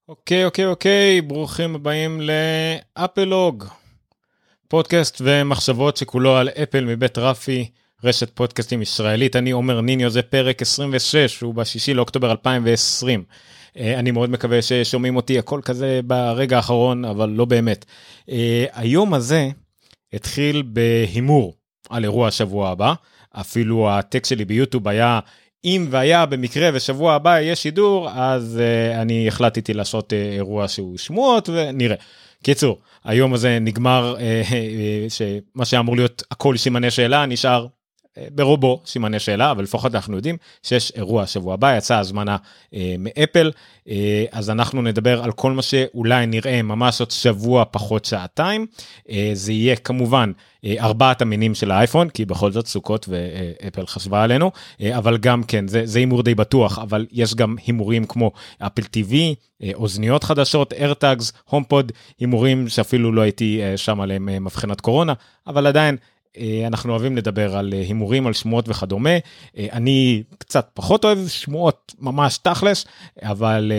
אוקיי, ברוכים הבאים לאפלוג, פודקאסט ומחשבות שכולו על אפל מבית רפי, רשת פודקאסטים ישראלית. אני עומר ניניו, זה פרק 26, הוא ב6 לאוקטובר 2020. אני מאוד מקווה ששומעים אותי, הכל כזה ברגע האחרון, אבל לא באמת. היום הזה התחיל בהימור על אירוע השבוע הבא, אפילו הטקסט שלי ביוטיוב היה, אם והיה במקרה ושבוע הבא יש שידור, אז אני החלטתי לעשות אירוע שהוא שמועות ונראה. קיצור, היום הזה נגמר, שמה שאמור להיות הכל סימני שאלה, נשאר ברובו סימני שאלה, אבל לפחות אנחנו יודעים שיש אירוע שבוע הבא, יצאה הזמנה מאפל, אז אנחנו נדבר על כל מה שאולי נראה ממש עוד שבוע פחות שעתיים, זה יהיה כמובן 4 המינים של האייפון, כי בכל זאת סוכות ואפל חשבה עלינו, אבל גם כן, זה הימור די בטוח, אבל יש גם הימורים כמו אפל TV, אוזניות חדשות, AirTags, HomePod, הימורים שאפילו לא הייתי שם עליהם מבחינת קורונה, אבל עדיין, אנחנו אוהבים לדבר על הימורים, על שמועות וכדומה. אני קצת פחות אוהב שמועות ממש תכלס, אבל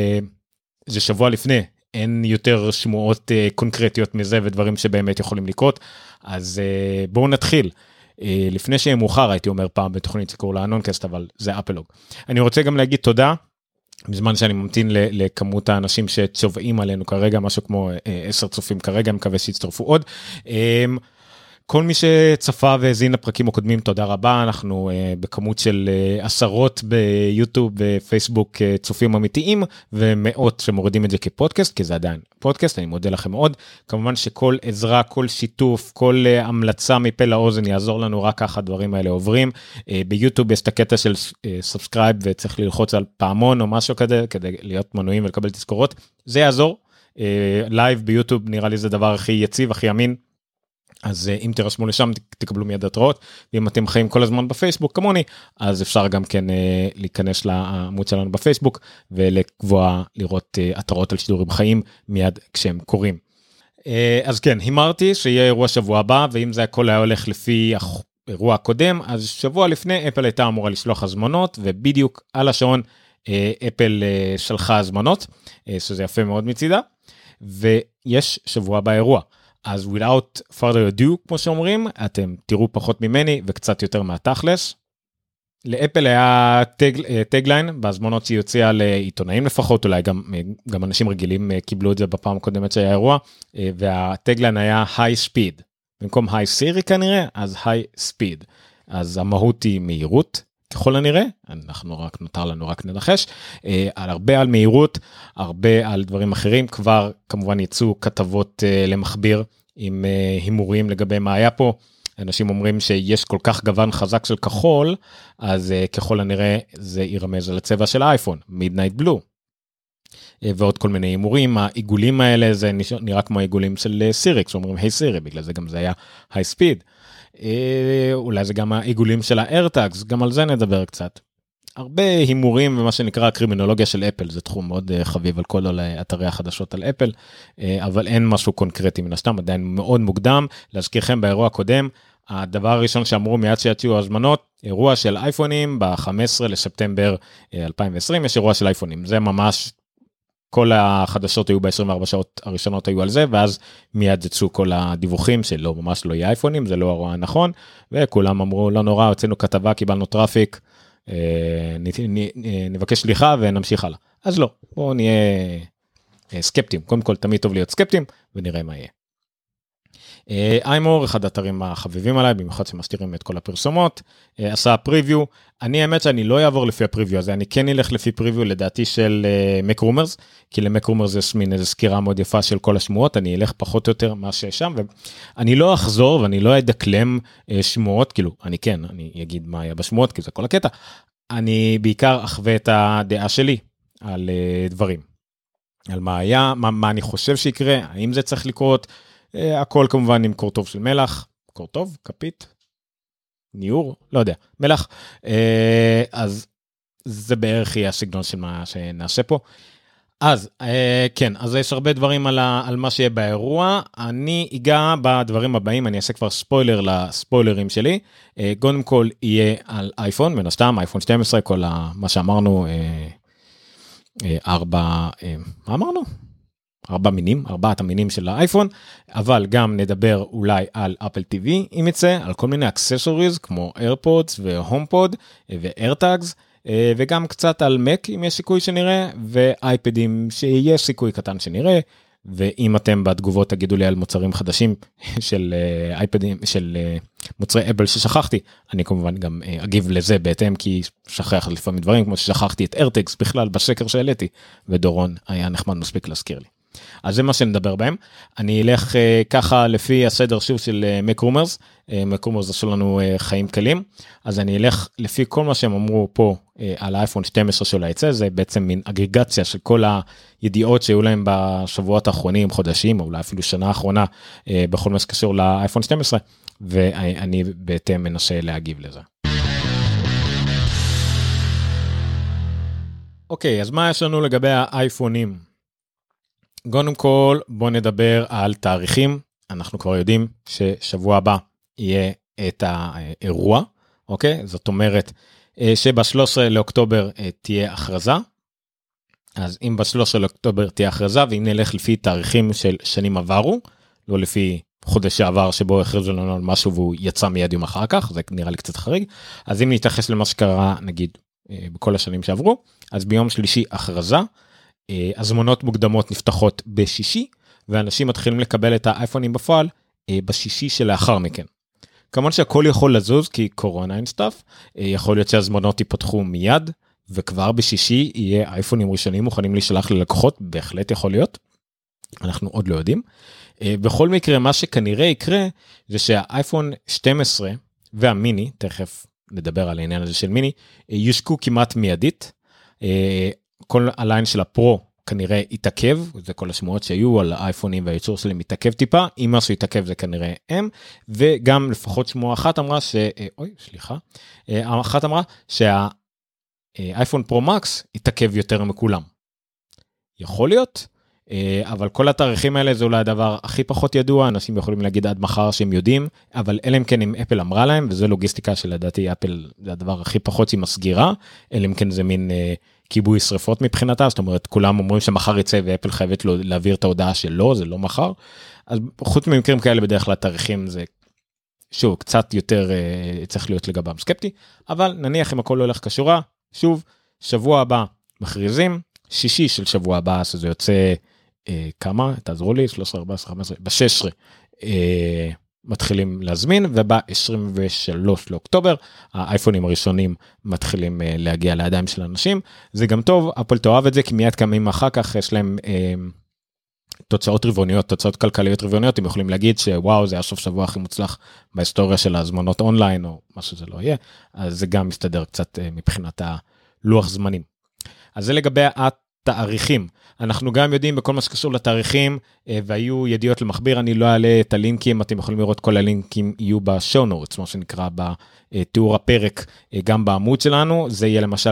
זה שבוע לפני, אין יותר שמועות קונקרטיות מזה ודברים שבאמת יכולים לקרות. אז בואו נתחיל. לפני שיהיה מאוחר, הייתי אומר פעם בתוכנית שקורא לה אנונקאסט, אבל זה אפלוג. אני רוצה גם להגיד תודה, בזמן שאני ממתין לכמות האנשים שצובעים עלינו כרגע, משהו כמו 10 צופים כרגע, אני מקווה שיצטרפו עוד. כל מי שצפה והזין לפרקים הקודמים, תודה רבה, אנחנו בכמות של עשרות ביוטיוב ופייסבוק צופים אמיתיים, ומאות שמורידים את זה כפודקאסט, כי זה עדיין פודקאסט, אני מודה לכם מאוד. כמובן שכל עזרה, כל שיתוף, כל המלצה מפה לאוזן יעזור לנו, רק ככה הדברים האלה עוברים. ביוטיוב יש את הקטע של סאבסקרייב, וצריך ללחוץ על פעמון או משהו כדי להיות מנויים ולקבל תזכורות, זה יעזור. לייב ביוטיוב נראה לי זה דבר הכי יציב, הכי אמין. אז אם תרשמו לשם תקבלו מיד התראות, ואם אתם חיים כל הזמן בפייסבוק כמוני, אז אפשר גם כן להיכנס לעמוד שלנו בפייסבוק, ולקבוע לראות התראות על שידורים חיים מיד כשהם קורים. אז כן, הימרתי שיהיה אירוע שבוע הבא, ואם זה הכל היה הולך לפי האירוע הקודם, אז שבוע לפני אפל הייתה אמורה לשלוח הזמנות, ובדיוק על השעון אפל שלחה הזמנות, שזה יפה מאוד מצידה, ויש שבוע הבא אירוע. אז without further ado, כמו שאומרים, אתם תראו פחות ממני וקצת יותר מהתכלס. לאפל היה טגליין, בהזמנות שהיא הוציאה לעיתונאים לפחות, אולי גם אנשים רגילים קיבלו את זה בפעם הקודמת שהיה אירוע, והטגליין היה high speed. במקום high Siri כנראה, אז high speed. אז המהות היא מהירות, ככל הנראה, נותר לנו רק ננחש, הרבה על מהירות, הרבה על דברים אחרים, כבר כמובן יצאו כתבות למחביר עם הימורים לגבי מה היה פה, אנשים אומרים שיש כל כך גוון חזק של כחול, אז ככל הנראה זה ירמז על הצבע של האייפון, Midnight Blue, ועוד כל מיני הימורים, העיגולים האלה זה נראה כמו העיגולים של סירי, כשאומרים היי סירי, בגלל זה גם זה היה high speed, אולי זה גם העיגולים של ה-AirTags, גם על זה נדבר קצת. הרבה הימורים ומה שנקרא הקרימינולוגיה של אפל, זה תחום מאוד חביב על כל אתרי החדשות על אפל, אבל אין משהו קונקרטי מן הסתם, עדיין מאוד מוקדם. להזכירכם באירוע הקודם, הדבר הראשון שאמרו מיד שיצאו הזמנות, אירוע של אייפונים ב-15 לספטמבר 2020, יש אירוע של אייפונים, זה ממש כל החדשות היו ב-24 שעות הראשונות היו על זה, ואז מיד יצאו כל הדיווחים שלא, ממש לא יהיה אייפונים, זה לא אירוע נכון, וכולם אמרו, לא נורא, הוצאנו כתבה, קיבלנו טראפיק, נבקש סליחה ונמשיך הלאה. אז לא, בואו נהיה סקפטים, קודם כל תמיד טוב להיות סקפטים, ונראה מה יהיה. איימור, אחד האתרים החביבים עליי, במיוחד שמסתירים את כל הפרסומות, עשה פריוויו, אני האמת שאני לא אעבור לפי הפריוויו הזה, אני כן אלך לפי פריוויו לדעתי של מקרומרס, כי למקרומרס יש מין איזו סקירה מאוד יפה של כל השמועות, אני אלך פחות או יותר מה שיש שם, ואני לא אחזור ואני לא אדקלם שמועות, כאילו, אני אגיד מה היה בשמועות, כי זה כל הקטע, אני בעיקר אחווה את הדעה שלי על דברים, על מה היה, מה אני חושב שיקרה, האם זה צריך לקרות, הכל כמובן עם קורטוב של מלח, קורטוב, כפית, ניור, לא יודע, מלח, אז זה בערך יהיה הסגנון של מה שנעשה פה. אז כן, אז יש הרבה דברים על מה שיהיה באירוע, אני אגע בדברים הבאים, אני אעשה כבר ספוילר לספוילרים שלי, קודם כל יהיה על אייפון, מן הסתם, אייפון 12, כל מה שאמרנו, מה אמרנו? ארבעת המינים של האייפון, אבל גם נדבר אולי על אפל TV, אם יצא, על כל מיני אקססוריז, כמו AirPods ו-HomePod ו-AirTags, וגם קצת על Mac, אם יש סיכוי שנראה, ואייפדים שיש סיכוי קטן שנראה, ואם אתם בתגובות תגידו לי על מוצרים חדשים של אייפדים, של מוצרי אפל ששכחתי, אני כמובן גם אגיב לזה בהתאם, כי שכח לפעמים דברים, כמו ששכחתי את AirTags בכלל בשקר שהעליתי, ודורון היה נחמד מספיק להזכיר לי. אז זה מה שנדבר בהם. אני אלך ככה לפי הסדר שוב של מקרומרס, מקרומרס עשו לנו חיים קלים, אז אני אלך לפי כל מה שהם אמרו פה על האייפון 12 של היצא, זה בעצם מין אגרגציה של כל הידיעות שהיו להם בשבועות האחרונים, חודשים, או אולי אפילו שנה האחרונה, בכל מה שקשור לאייפון 12, ואני בהתאם מנסה להגיב לזה. אוקיי, אז מה יש לנו לגבי האייפונים? קודם כל, בוא נדבר על תאריכים. אנחנו כבר יודעים ששבוע הבא יהיה את האירוע, אוקיי? זאת אומרת שב-13 לאוקטובר תהיה הכרזה. אז אם ב-13 לאוקטובר תהיה הכרזה, ואם נלך לפי תאריכים של שנים עברו, לא לפי חודש שעבר שבו הכריזו לנו על משהו והוא יצא מיד יום אחר כך, זה נראה לי קצת חריג. אז אם נתייחס למה שקרה, נגיד, בכל השנים שעברו, אז ביום שלישי הכרזה, הזמנות מוקדמות נפתחות בשישי, ואנשים מתחילים לקבל את האייפונים בפועל בשישי שלאחר מכן. כמובן שהכל יכול לזוז, כי קורונה אין סטאפ, יכול להיות שהזמנות ייפתחו מיד, וכבר בשישי יהיה אייפונים ראשונים מוכנים להישלח ללקוחות, בהחלט יכול להיות, אנחנו עוד לא יודעים. בכל מקרה, מה שכנראה יקרה, זה שהאייפון 12 והמיני, תכף נדבר על העניין הזה של מיני, יושקו כמעט מיידית, כל הליין של הפרו כנראה יתעכב, זה כל השמועות שהיו על האייפונים והייצור שלהם יתעכב טיפה, אם משהו יתעכב זה כנראה הם, וגם לפחות שמועה אחת אמרה אחת אמרה שהאייפון פרו מקס יתעכב יותר מכולם. יכול להיות, אבל כל התאריכים האלה זה אולי הדבר הכי פחות ידוע, אנשים יכולים להגיד עד מחר שהם יודעים, אבל אלא אם כן אם אפל אמרה להם, וזה לוגיסטיקה שלדעתי אפל זה הדבר הכי פחות שהיא מסגירה, אלא אם כן זה מין כיבוי שריפות מבחינתה, זאת אומרת כולם אומרים שמחר יצא ואפל חייבת להעביר את ההודעה שלא, זה לא מחר, אז חוץ ממקרים כאלה בדרך כלל תאריכים זה שוב קצת יותר צריך להיות לגבם סקפטי, אבל נניח אם הכל לא הולך כשורה, שוב שבוע הבא מכריזים, שישי של שבוע הבא, אז זה יוצא כמה, תעזרו לי, 13, 14, 15, ב-16 מתחילים להזמין, וב-23 לאוקטובר, האייפונים הראשונים מתחילים להגיע לידיים של אנשים, זה גם טוב, אפל תאהב את זה, כי מיד כמים אחר כך יש להם תוצאות רבעוניות, תוצאות כלכליות רבעוניות, הם יכולים להגיד שוואו, זה היה סוף שבוע הכי מוצלח בהיסטוריה של ההזמנות אונליין, או מה שזה לא יהיה, אז זה גם מסתדר קצת מבחינת הלוח זמנים. אז זה לגבי התאריכים. אנחנו גם יודעים בכל מה שקשור לתאריכים, והיו ידיעות למחביר, אני לא אעלה את הלינקים, אתם יכולים לראות כל הלינקים יהיו בשואו נוטס, מה שנקרא בתיאור הפרק, גם בעמוד שלנו, זה יהיה למשל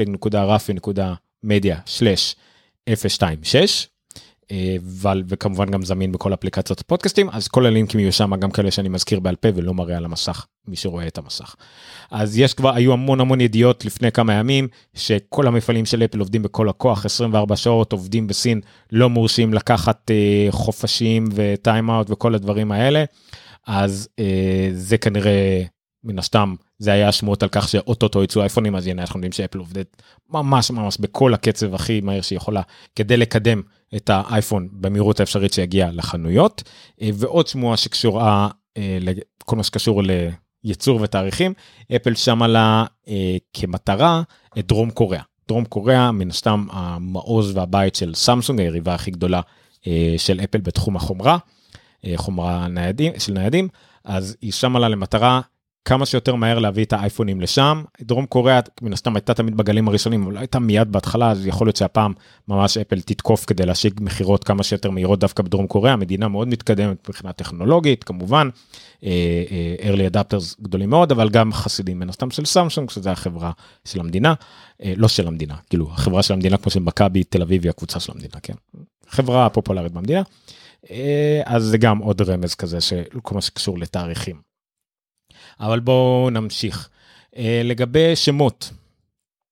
ב-apple.rafi.media/026, וכמובן גם זמין בכל אפליקציות הפודקאסטים, אז כל הלינקים יהיו שם, גם כאלה שאני מזכיר בעל פה ולא מראה על המסך, מי שרואה את המסך. אז היו המון ידיעות לפני כמה ימים, שכל המפעלים של אפל עובדים בכל הכוח, 24 שעות עובדים בסין, לא מורשים לקחת חופשים וטיים-אאוט וכל הדברים האלה, אז זה כנראה מן הסתם, זה היה שמועות על כך שאוטוטו יצאו אייפונים, אז הנה אנחנו יודעים שאפל עובדת ממש בכל הקצב הכי מהר שיכולה, כדי לקדם את האייפון במהירות האפשרית שיגיע לחנויות, ועוד שמועה שקשורה לכל מה שקשור לייצור ותאריכים, אפל שמה לה כמטרה את דרום קוריאה. דרום קוריאה מן הסתם המעוז והבית של סמסונג, היריבה הכי גדולה של אפל בתחום החומרה, חומרה של ניידים, אז היא שמה לה למטרה כמה שיותר מהר להביא את האייפונים לשם. דרום קוריאה מן הסתם הייתה תמיד בגלים הראשונים, אבל לא הייתה מיד בהתחלה, אז יכול להיות שהפעם ממש אפל תתקוף כדי להשיג מחירות כמה שיותר מהירות דווקא בדרום קוריאה, מדינה מאוד מתקדמת מבחינה טכנולוגית, כמובן, early adapters גדולים מאוד, אבל גם חסידים מן הסתם של סמסונג, שזה החברה של המדינה, לא של המדינה, כאילו החברה של המדינה כמו של מכבי תל אביב היא הקבוצה של המדינה, כן? חברה פופולרית במדינה, אז זה גם עוד רמז כזה, כל מה שקשור לתאריכים. אבל בואו נמשיך. לגבי שמות,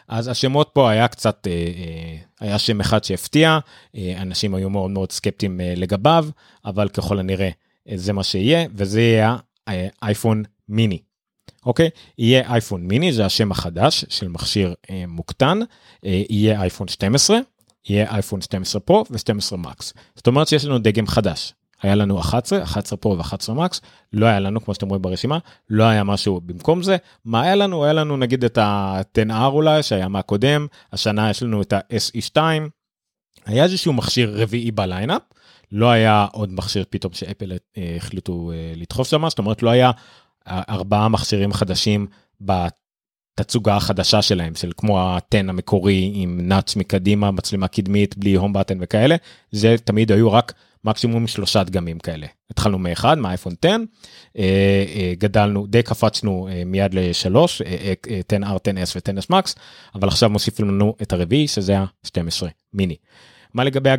אז השמות פה היה קצת, היה שם אחד שהפתיע, אנשים היו מאוד מאוד סקפטיים לגביו, אבל ככל הנראה זה מה שיהיה, וזה יהיה אייפון מיני. אוקיי? יהיה אייפון מיני, זה השם החדש של מכשיר מוקטן, יהיה אייפון 12, יהיה אייפון 12 פרו ו-12 מקס. זאת אומרת שיש לנו דגם חדש. היה לנו 11 פרו ו-11 מקס, לא היה לנו, כמו שאתם רואים ברשימה, לא היה משהו במקום זה. מה היה לנו? היה לנו נגיד את ה-10R אולי, שהיה מהקודם, השנה יש לנו את ה-SE2, היה איזשהו מכשיר רביעי בליינאפ, לא היה עוד מכשיר פתאום שאפל החליטו לדחוף שם, זאת אומרת לא היה 4 מכשירים חדשים בתצוגה החדשה שלהם, של כמו ה-10 המקורי עם נאץ' מקדימה, מצלמה קדמית, בלי הום בטן וכאלה, זה תמיד היו רק מקסימום 3 דגמים כאלה. התחלנו מאחד, מהאייפון 10, גדלנו, די קפצנו מיד ל-3, 10R, 10S ו-10S Max, אבל עכשיו מוסיפים לנו את הרביעי, שזה ה-12 מיני. מה לגבי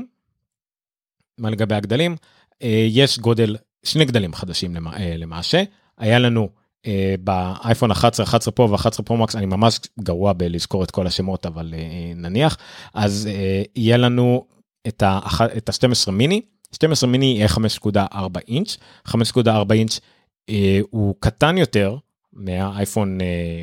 הגדלים? יש שני גדלים חדשים למעשה, היה לנו באייפון 11 פרו ו-11 פרו מקס, אני ממש גרוע בלזכור את כל השמות, אבל נניח, אז יהיה לנו את ה-12 מיני, 12 מיני יהיה 5.4 אינץ', 5.4 אינץ' הוא קטן יותר מהאייפון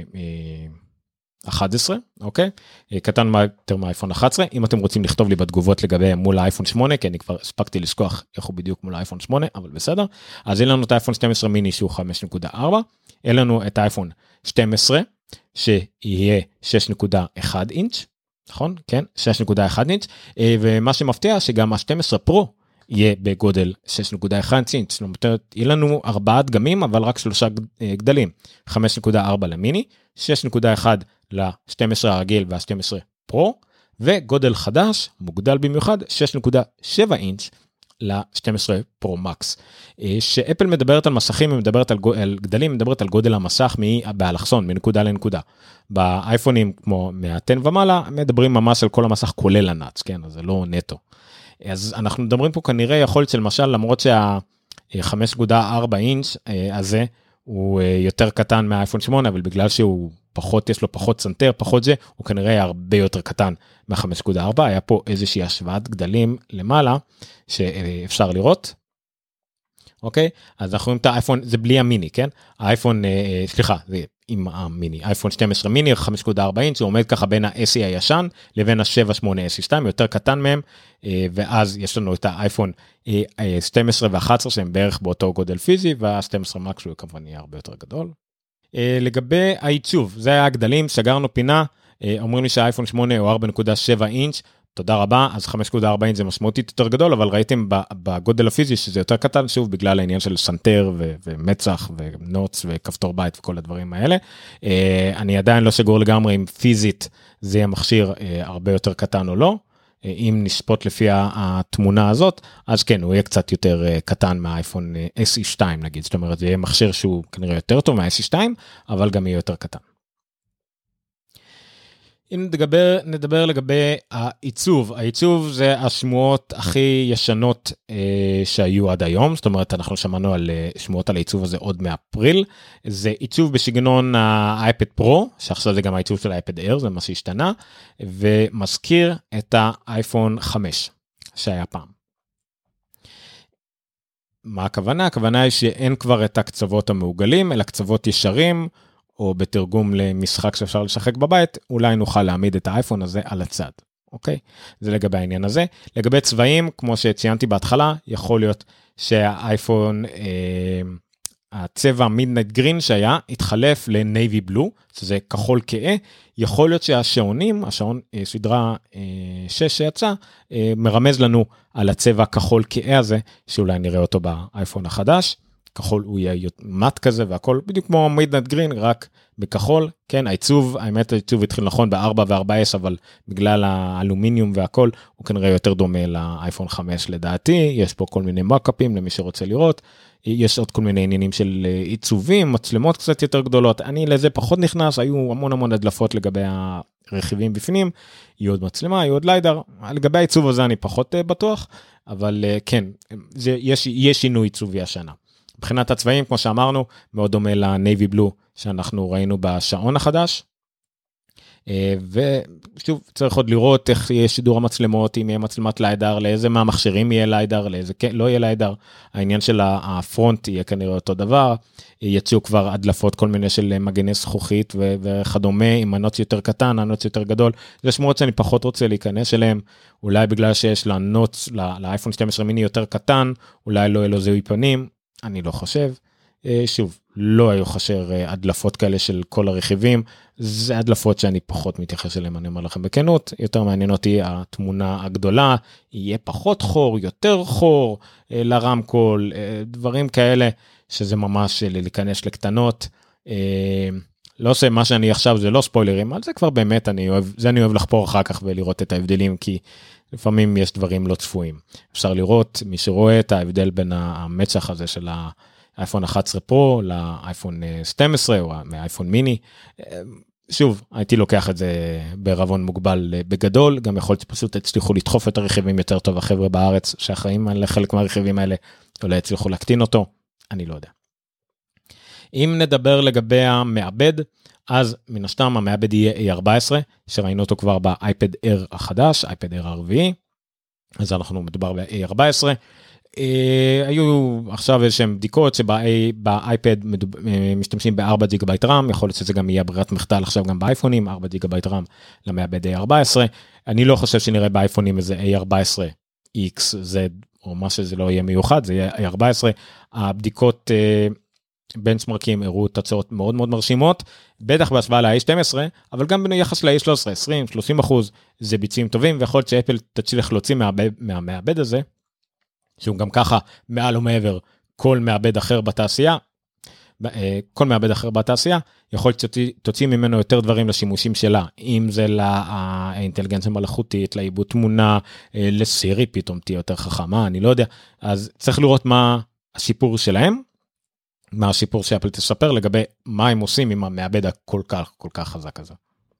11, אוקיי? קטן יותר מהאייפון 11, אם אתם רוצים לכתוב לי בתגובות לגבי מול האייפון 8, כי אני כבר הספקתי לשכוח איך הוא בדיוק מול האייפון 8, אבל בסדר. אז אין לנו את האייפון 12 מיני שהוא 5.4, אין לנו את האייפון 12 שיהיה 6.1 אינץ', נכון? כן, 6.1 אינץ', ומה שמפתיע שגם ה-12 פרו יהיה בגודל 6.1 אינץ', זאת אומרת, יהיה לנו 4 דגמים, אבל רק 3 גדלים, 5.4 למיני, 6.1 ל-12 הרגיל וה-12 פרו, וגודל חדש, מוגדל במיוחד, 6.7 אינץ' ל-12 פרו מקס. שאפל מדברת על מסכים, היא מדברת על גדלים, היא מדברת על גודל המסך באלכסון, מנקודה לנקודה. באייפונים כמו מה-10 ומעלה, מדברים ממש על כל המסך כולל הנאץ, כן, אז זה לא נטו. אז אנחנו מדברים פה כנראה יכול להיות שלמשל, למרות שה-5.4 אינץ' הזה, הוא יותר קטן מהאייפון 8, אבל בגלל שהוא פחות, יש לו פחות סנטר, פחות זה, הוא כנראה הרבה יותר קטן מה-5.4, היה פה איזושהי השוואת גדלים למעלה, שאפשר לראות, אוקיי? אז אנחנו רואים את האייפון, זה בלי המיני, כן? האייפון, סליחה, זה עם המיני, אייפון 12 מיני, 5.4 אינץ', הוא עומד ככה בין ה-SE הישן, לבין ה-7, 8, SE2, יותר קטן מהם, ואז יש לנו את האייפון 12 ו-11, שהם בערך באותו גודל פיזי, וה-12 מקס הוא כמובן יהיה הרבה יותר גדול. לגבי העיצוב, זה היה הגדלים, סגרנו פינה, אומרים לי שהאייפון 8 הוא 4.7 אינץ', תודה רבה, אז 5.4 אינץ' זה משמעותית יותר גדול, אבל ראיתם בגודל הפיזי שזה יותר קטן, שוב בגלל העניין של סנטר ומצח ונוץ וכפתור בית וכל הדברים האלה. אני עדיין לא סגור לגמרי אם פיזית זה יהיה מכשיר הרבה יותר קטן או לא, אם נשפוט לפי התמונה הזאת, אז כן, הוא יהיה קצת יותר קטן מהאייפון SE2 נגיד, זאת אומרת זה יהיה מכשיר שהוא כנראה יותר טוב מה-SE2, אבל גם יהיה יותר קטן. אם נדבר לגבי העיצוב זה השמועות הכי ישנות שהיו עד היום, זאת אומרת אנחנו שמענו על שמועות על העיצוב הזה עוד מאפריל, זה עיצוב בסגנון האייפד פרו, שעכשיו זה גם העיצוב של האייפד אייר, זה מה שהשתנה, ומזכיר את האייפון 5 שהיה פעם. מה הכוונה? הכוונה היא שאין כבר את הקצוות המעוגלים, אלא קצוות ישרים, או בתרגום למשחק שאפשר לשחק בבית, אולי נוכל להעמיד את האייפון הזה על הצד, אוקיי? זה לגבי העניין הזה. לגבי צבעים, כמו שציינתי בהתחלה, יכול להיות שהאייפון, הצבע מידנייט גרין שהיה, התחלף לנייבי בלו, שזה כחול כהה, יכול להיות שהשעונים, השעון סדרה 6 שיצא, מרמז לנו על הצבע כחול כהה הזה, שאולי נראה אותו באייפון החדש, כחול הוא יהיה מת כזה והכל, בדיוק כמו מידנייט גרין, רק בכחול, כן, העיצוב, האמת העיצוב התחיל נכון ב-4 ו-4S, אבל בגלל האלומיניום והכל, הוא כנראה יותר דומה לאייפון 5 לדעתי, יש פה כל מיני מוקאפים למי שרוצה לראות, יש עוד כל מיני עניינים של עיצובים, מצלמות קצת יותר גדולות, אני לזה פחות נכנס, היו המון הדלפות לגבי הרכיבים בפנים, יהיו עוד מצלמה, יהיו עוד ליידר, לגבי העיצוב הזה אני פחות בטוח, אבל כן, יש שינוי עיצובי השנה. מבחינת הצבעים, כמו שאמרנו, מאוד דומה לנייבי בלו שאנחנו ראינו בשעון החדש. ושוב, צריך עוד לראות איך יהיה שידור המצלמות, אם יהיה מצלמת ליידר, לאיזה מהמכשירים יהיה ליידר, לאיזה לא יהיה ליידר. העניין של הפרונט יהיה כנראה אותו דבר, יצאו כבר הדלפות כל מיני של מגני זכוכית וכדומה, עם מנוץ יותר קטן, מנוץ יותר גדול. זה שמורות שאני פחות רוצה להיכנס אליהם, אולי בגלל שיש לנוץ, לאייפון 12 מיני יותר קטן, אולי לא יהיה לו זיהוי פנים, אני לא חושב. שוב, לא היו חשר הדלפות כאלה של כל הרכיבים, זה הדלפות שאני פחות מתייחס אליהם, אני אומר לכם בכנות, יותר מעניין אותי התמונה הגדולה, יהיה פחות חור, יותר חור לרמקול, דברים כאלה, שזה ממש להיכנס לקטנות, לא עושה מה שאני עכשיו, זה לא ספוילרים, על זה כבר באמת אני אוהב לחפור אחר כך ולראות את ההבדלים, כי לפעמים יש דברים לא צפויים. אפשר לראות, מי שרואה את ההבדל בין המצח הזה של האייפון 11 פרו לאייפון 12 או מהאייפון מיני, שוב, הייתי לוקח את זה בערבון מוגבל בגדול, גם יכול להיות פשוט הצליחו לדחוף את הרכיבים יותר טוב, החבר'ה בארץ שאחראים על חלק מהרכיבים האלה, אולי הצליחו להקטין אותו, אני לא יודע. אם נדבר לגבי המעבד, אז מן השתם המעבד יהיה A14, שראינו אותו כבר באייפד Air החדש, אייפד Air הרביעי, אז אנחנו מדובר ב-A14, היו עכשיו איזשהם בדיקות שבאייפד משתמשים ב4 GB RAM, יכול להיות שזה גם יהיה ברירת מחדל עכשיו גם באייפונים, 4 GB RAM למעבד A14, אני לא חושב שנראה באייפונים איזה A14X, זה, או מה שזה לא יהיה מיוחד, זה יהיה A14, הבדיקות בנצ'מרקים הראו תוצאות מאוד מאוד מרשימות, בטח בהשוואה ל-A12, אבל גם ביחס ל-A13, 20-30% זה ביצועים טובים, ויכול להיות שאפל תצליח להוציא מהמעבד הזה, שהוא גם ככה מעל ומעבר כל מעבד אחר בתעשייה, יכול להיות שתוציא ממנו יותר דברים לשימושים שלה, אם זה לאינטליגנציה מלאכותית, לעיבוד תמונה, לסירי פתאום תהיה יותר חכמה, אני לא יודע, אז צריך לראות מה השיפור שלהם, מה השיפור שאפל תספר לגבי מה הם עושים עם המעבד הכל כך חזק הזה.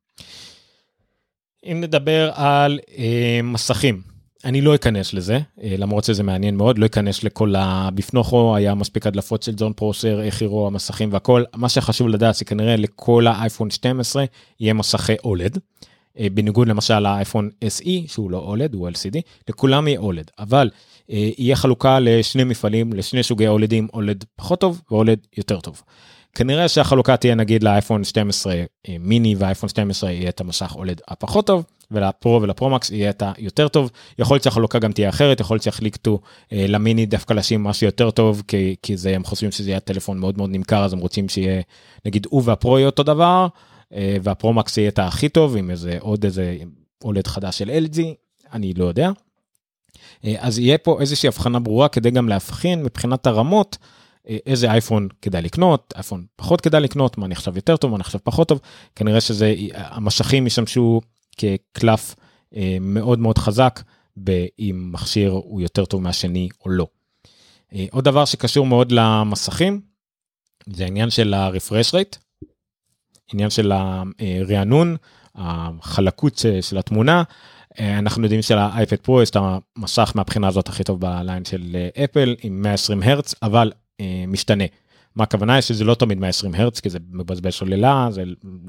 אם נדבר על מסכים, אני לא אכנס לזה, למרות שזה מעניין מאוד, לא אכנס לכל בפנוכו, היה מספיק הדלפות של ג'ון פרוסר, איך יראו המסכים והכל, מה שחשוב לדעת זה כנראה לכל האייפון 12 יהיה מסכי OLED, בניגוד למשל לאייפון SE, שהוא לא OLED, הוא LCD, לכולם יהיה OLED, אבל יהיה חלוקה לשני מפעלים, לשני סוגי OLEDים, OLED פחות טוב ו-OLED יותר טוב. כנראה שהחלוקה תהיה נגיד לאייפון 12 מיני והאייפון 12 יהיה את המסך OLED הפחות טוב, ולפרו ולפרו-מקס יהיה את היותר טוב, יכול להיות שהחלוקה גם תהיה אחרת, יכול להיות שיחליטו למיני דווקא לשים משהו יותר טוב, כי זה, הם חושבים שזה יהיה טלפון מאוד מאוד נמכר, אז הם רוצים שיהיה, נגיד הוא והפרו יהיה אותו דבר, והפרו-מקס יהיה את הכי טוב, עם עוד איזה OLED חדש של LG, אני לא יודע. אז יהיה פה איזושהי הבחנה ברורה, כדי גם להבחין מבחינת הרמות, איזה אייפון כדאי לקנות, אייפון פחות כדאי לקנות, מה נחשב יותר טוב, מה נחשב פחות טוב, כנראה שזה, המשכים ישמשו כקלף מאוד מאוד חזק, אם מכשיר הוא יותר טוב מהשני או לא. עוד דבר שקשור מאוד למסכים, זה העניין של הרפרש רייט, עניין של הרענון, החלקות של התמונה, אנחנו יודעים שלאייפד פרו יש את המסך מהבחינה הזאת הכי טוב בליין של אפל, עם 120 הרץ, אבל משתנה. מה הכוונה? שזה לא תמיד 120 הרץ, כי זה מבזבז שוללה, זה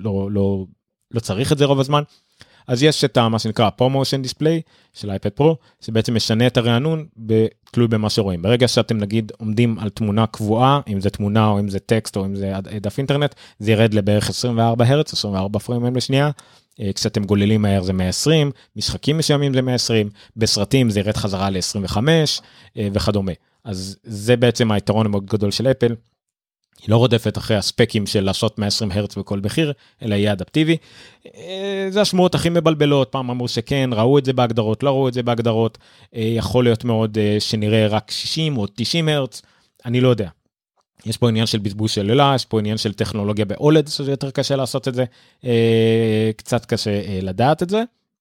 לא צריך את זה רוב הזמן. אז יש את מה שנקרא ProMotion Display של אייפד פרו, שבעצם משנה את הרענון תלוי במה שרואים. ברגע שאתם נגיד עומדים על תמונה קבועה, אם זה תמונה או אם זה טקסט או אם זה דף אינטרנט, זה ירד לבערך 24 הרץ, 24 פריימים לשנייה, כשאתם גוללים מהר זה 120, משחקים מסוימים זה 120, בסרטים זה ירד חזרה ל-25 וכדומה. אז זה בעצם היתרון המאוד גדול של אפל, היא לא רודפת אחרי הספקים של לעשות 120 הרץ בכל מחיר, אלא יהיה אדפטיבי. זה השמועות הכי מבלבלות, פעם אמרו שכן, ראו את זה בהגדרות, לא ראו את זה בהגדרות, יכול להיות מאוד שנראה רק 60 או 90 הרץ, אני לא יודע. יש פה עניין של בזבוז של לילה, יש פה עניין של טכנולוגיה ב-OLED, שזה יותר קשה לעשות את זה, קצת קשה לדעת את זה.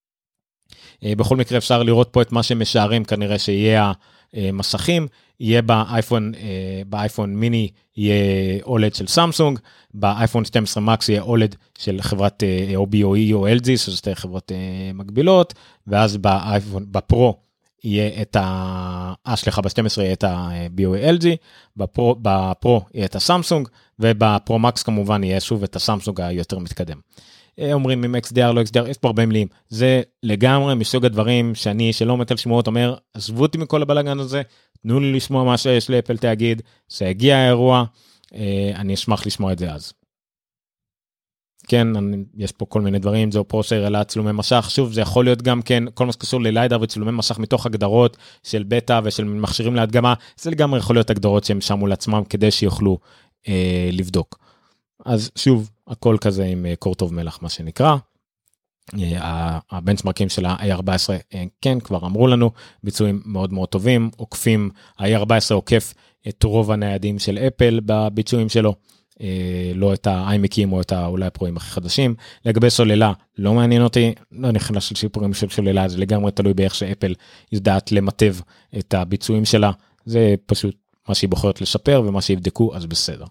בכל מקרה אפשר לראות פה את מה שמשערים, כנראה שיהיה המסכים, יהיה באייפון מיני יהיה OLED של סמסונג, באייפון 12 מקס יהיה OLED של חברת או BOE או LG, שזה שתי חברות מקבילות, ואז בפרו יהיה את ב-12 יהיה את ה-BOE LG, בפרו יהיה את הסמסונג, ובפרו מקס כמובן יהיה שוב את הסמסונג היותר מתקדם. אומרים עם XDR לא XDR, יש פה הרבה מילים, זה לגמרי מסוג הדברים שאני שלא מת על שמועות אומר, עזבו אותי מכל הבלגן הזה, תנו לי לשמוע מה שיש לאפל תאגיד, שהגיע האירוע, אני אשמח לשמוע את זה אז. כן, יש פה כל מיני דברים, זהו פרוסר אלא צילומי משך, שוב זה יכול להיות גם כן, כל מה שקשור לליידר וצילומי משך מתוך הגדרות של בטא ושל מכשירים להדגמה, זה לגמרי יכול להיות הגדרות שהם שמו לעצמם כדי שיוכלו לבדוק. אז שוב, הכל כזה עם קור טוב מלח מה שנקרא, הבנצ'מרקים של ה-A14 כן כבר אמרו לנו, ביצועים מאוד מאוד טובים, עוקפים, ה-A14 עוקף את רוב הניידים של אפל בביצועים שלו, לא את ה-iMac'ים או את אולי הפרועים הכי חדשים. לגבי סוללה, לא מעניין אותי, לא נכנס של שיפורים של סוללה, זה לגמרי תלוי באיך שאפל יודעת למטב את הביצועים שלה, זה פשוט מה שהיא בוחרת לשפר ומה שיבדקו, אז בסדר.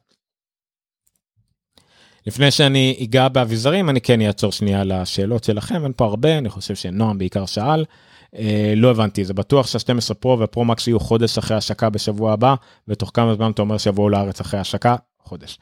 לפני שאני אגע באביזרים, אני כן אעצור שנייה לשאלות שלכם, אין פה הרבה, אני חושב שנועם בעיקר שאל, לא הבנתי, זה בטוח שה-12 פרו והפרו מקס יהיו חודש אחרי השקה בשבוע הבא, ותוך כמה זמן אתה אומר שיבואו לארץ אחרי השקה, חודש.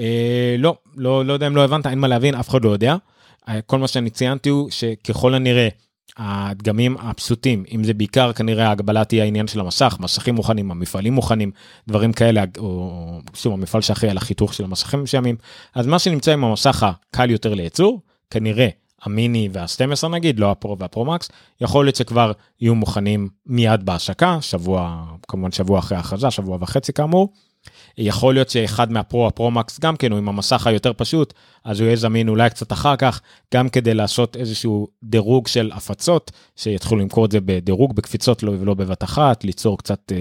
לא יודע אם לא הבנת, אין מה להבין, אף אחד לא יודע. כל מה שאני ציינתי הוא שככל הנראה, הדגמים הפשוטים, אם זה בעיקר כנראה ההגבלה תהיה העניין של המסך, מסכים מוכנים, המפעלים מוכנים, דברים כאלה, או שוב, המפעל שאחראי על החיתוך של המסכים משעמים, אז מה שנמצא עם המסך הקל יותר לייצור, כנראה המיני וה-12 נגיד, לא הפרו והפרו-מקס, יכול להיות שכבר יהיו מוכנים מיד בהשקה, כמובן שבוע אחרי ההכרזה, שבוע וחצי כאמור, יכול להיות שאחד מהפרו, הפרו-מקס גם כן, הוא עם המסך היותר פשוט, אז הוא יהיה זמין אולי קצת אחר כך, גם כדי לעשות איזשהו דירוג של הפצות, שיתחילו למכור את זה בדירוג, בקפיצות ולא בבת אחת, ליצור קצת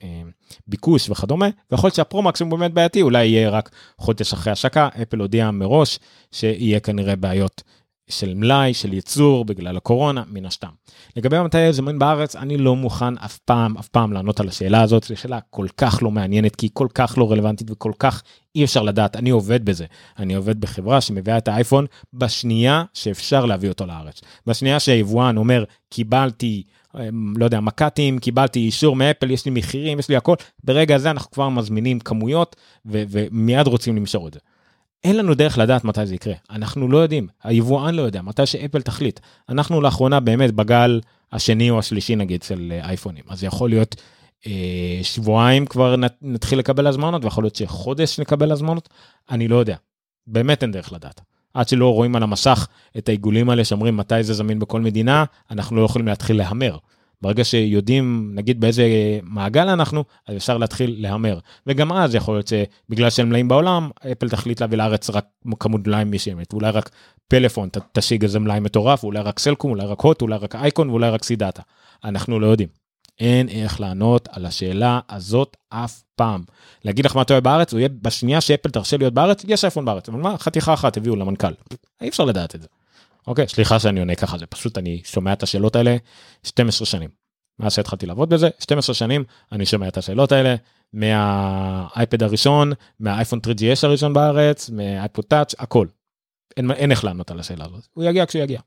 ביקוש וכדומה, ויכול להיות שהפרו-מקס הוא באמת בעייתי, אולי יהיה רק חודש אחרי השקה, אפל הודיע מראש, שיהיה כנראה בעיות של מלאי, של ייצור, בגלל הקורונה, מן השתם. לגבי מתי יהיה זמין בארץ, אני לא מוכן אף פעם לענות על השאלה הזאת, זו שאלה כל כך לא מעניינת, כי היא כל כך לא רלוונטית, וכל כך אי אפשר לדעת, אני עובד בזה, אני עובד בחברה שמביאה את האייפון, בשנייה שאפשר להביא אותו לארץ, בשנייה שהיבואן אומר, קיבלתי, לא יודע, מקטים, קיבלתי אישור מאפל, יש לי מחירים, יש לי הכל, ברגע הזה אנחנו כבר מזמינים כמויות, ומיד רוצים למשור את זה. אין לנו דרך לדעת מתי זה יקרה, אנחנו לא יודעים, היבואן לא יודע, מתי שאפל תחליט, אנחנו לאחרונה באמת בגל השני או השלישי נגיד של אייפונים, אז יכול להיות שבועיים כבר נתחיל לקבל הזמנות, ויכול להיות שחודש נקבל הזמנות, אני לא יודע, באמת אין דרך לדעת, עד שלא רואים על המסך את העיגולים האלה שאומרים מתי זה זמין בכל מדינה, אנחנו לא יכולים להתחיל להמר, ברגע שיודעים, נגיד באיזה מעגל אנחנו, אז אפשר להתחיל להמר. וגם אז יכול להיות שבגלל שהם מלאים בעולם, אפל תחליט להביא לארץ רק כמות מלאים משמת, ואולי רק פלאפון תשיג איזה מלאים מטורף, ואולי רק סלקום, אולי רק הוט, אולי רק אייקון, ואולי רק סידאטה. אנחנו לא יודעים. אין איך לענות על השאלה הזאת אף פעם. להגיד לך מה אתה אוהב בארץ, הוא יהיה בשנייה שאפל תרשה להיות בארץ, יש אייפון בארץ, אבל מה, חתיכה אחת הביאו למנכ"ל. אי אפשר לדעת את זה. אוקיי, סליחה שאני עונה ככה, זה פשוט אני שומע את השאלות האלה 12 שנים. מאז שהתחלתי לעבוד בזה, 12 שנים אני שומע את השאלות האלה, מהאייפד הראשון, מהאייפון 3GS הראשון בארץ, מהאייפוד טאץ', הכל. אין איך לענות על השאלה הזאת. הוא יגיע כשהוא יגיע.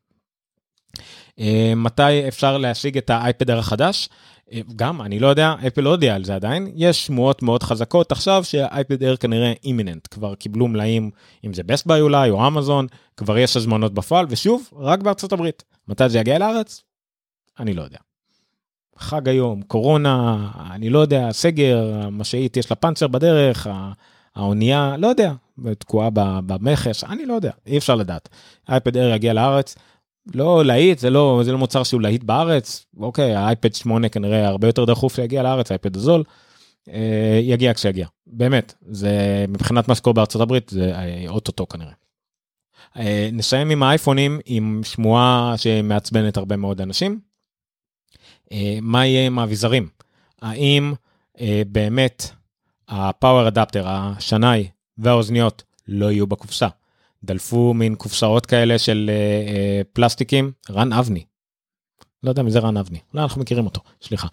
מתי אפשר להשיג את האייפד החדש? גם, אני לא יודע, אפל לא יודע על זה עדיין, יש שמועות מאוד חזקות עכשיו שהאייפד אייר כנראה אימיננט, כבר קיבלו מלאים, אם זה בסט ביי אולי או אמזון, כבר יש הזמנות בפועל, ושוב, רק בארצות הברית. מתי זה יגיע לארץ? אני לא יודע. חג היום, קורונה, אני לא יודע, סגר, המשאית יש לה פנצ'ר בדרך, האונייה, לא יודע, תקועה במכס, אני לא יודע, אי אפשר לדעת. האייפד אייר יגיע לארץ, לא להיט, זה לא מוצר שהוא להיט בארץ, אוקיי, האייפד 8 כנראה הרבה יותר דחוף להגיע לארץ, האייפד הזול, יגיע כשיגיע, באמת, זה מבחינת מה שקורה בארצות הברית, זה אוטוטו כנראה. נסיים עם האייפונים, עם שמועה שמעצבנת הרבה מאוד אנשים, מה יהיה עם האביזרים? האם באמת הפאוור אדפטר, השנאי והאוזניות לא יהיו בקופסה? דלפו מין קופסאות כאלה של פלסטיקים, רן אבני, לא יודע מי זה רן אבני, לא, אנחנו מכירים אותו, סליחה,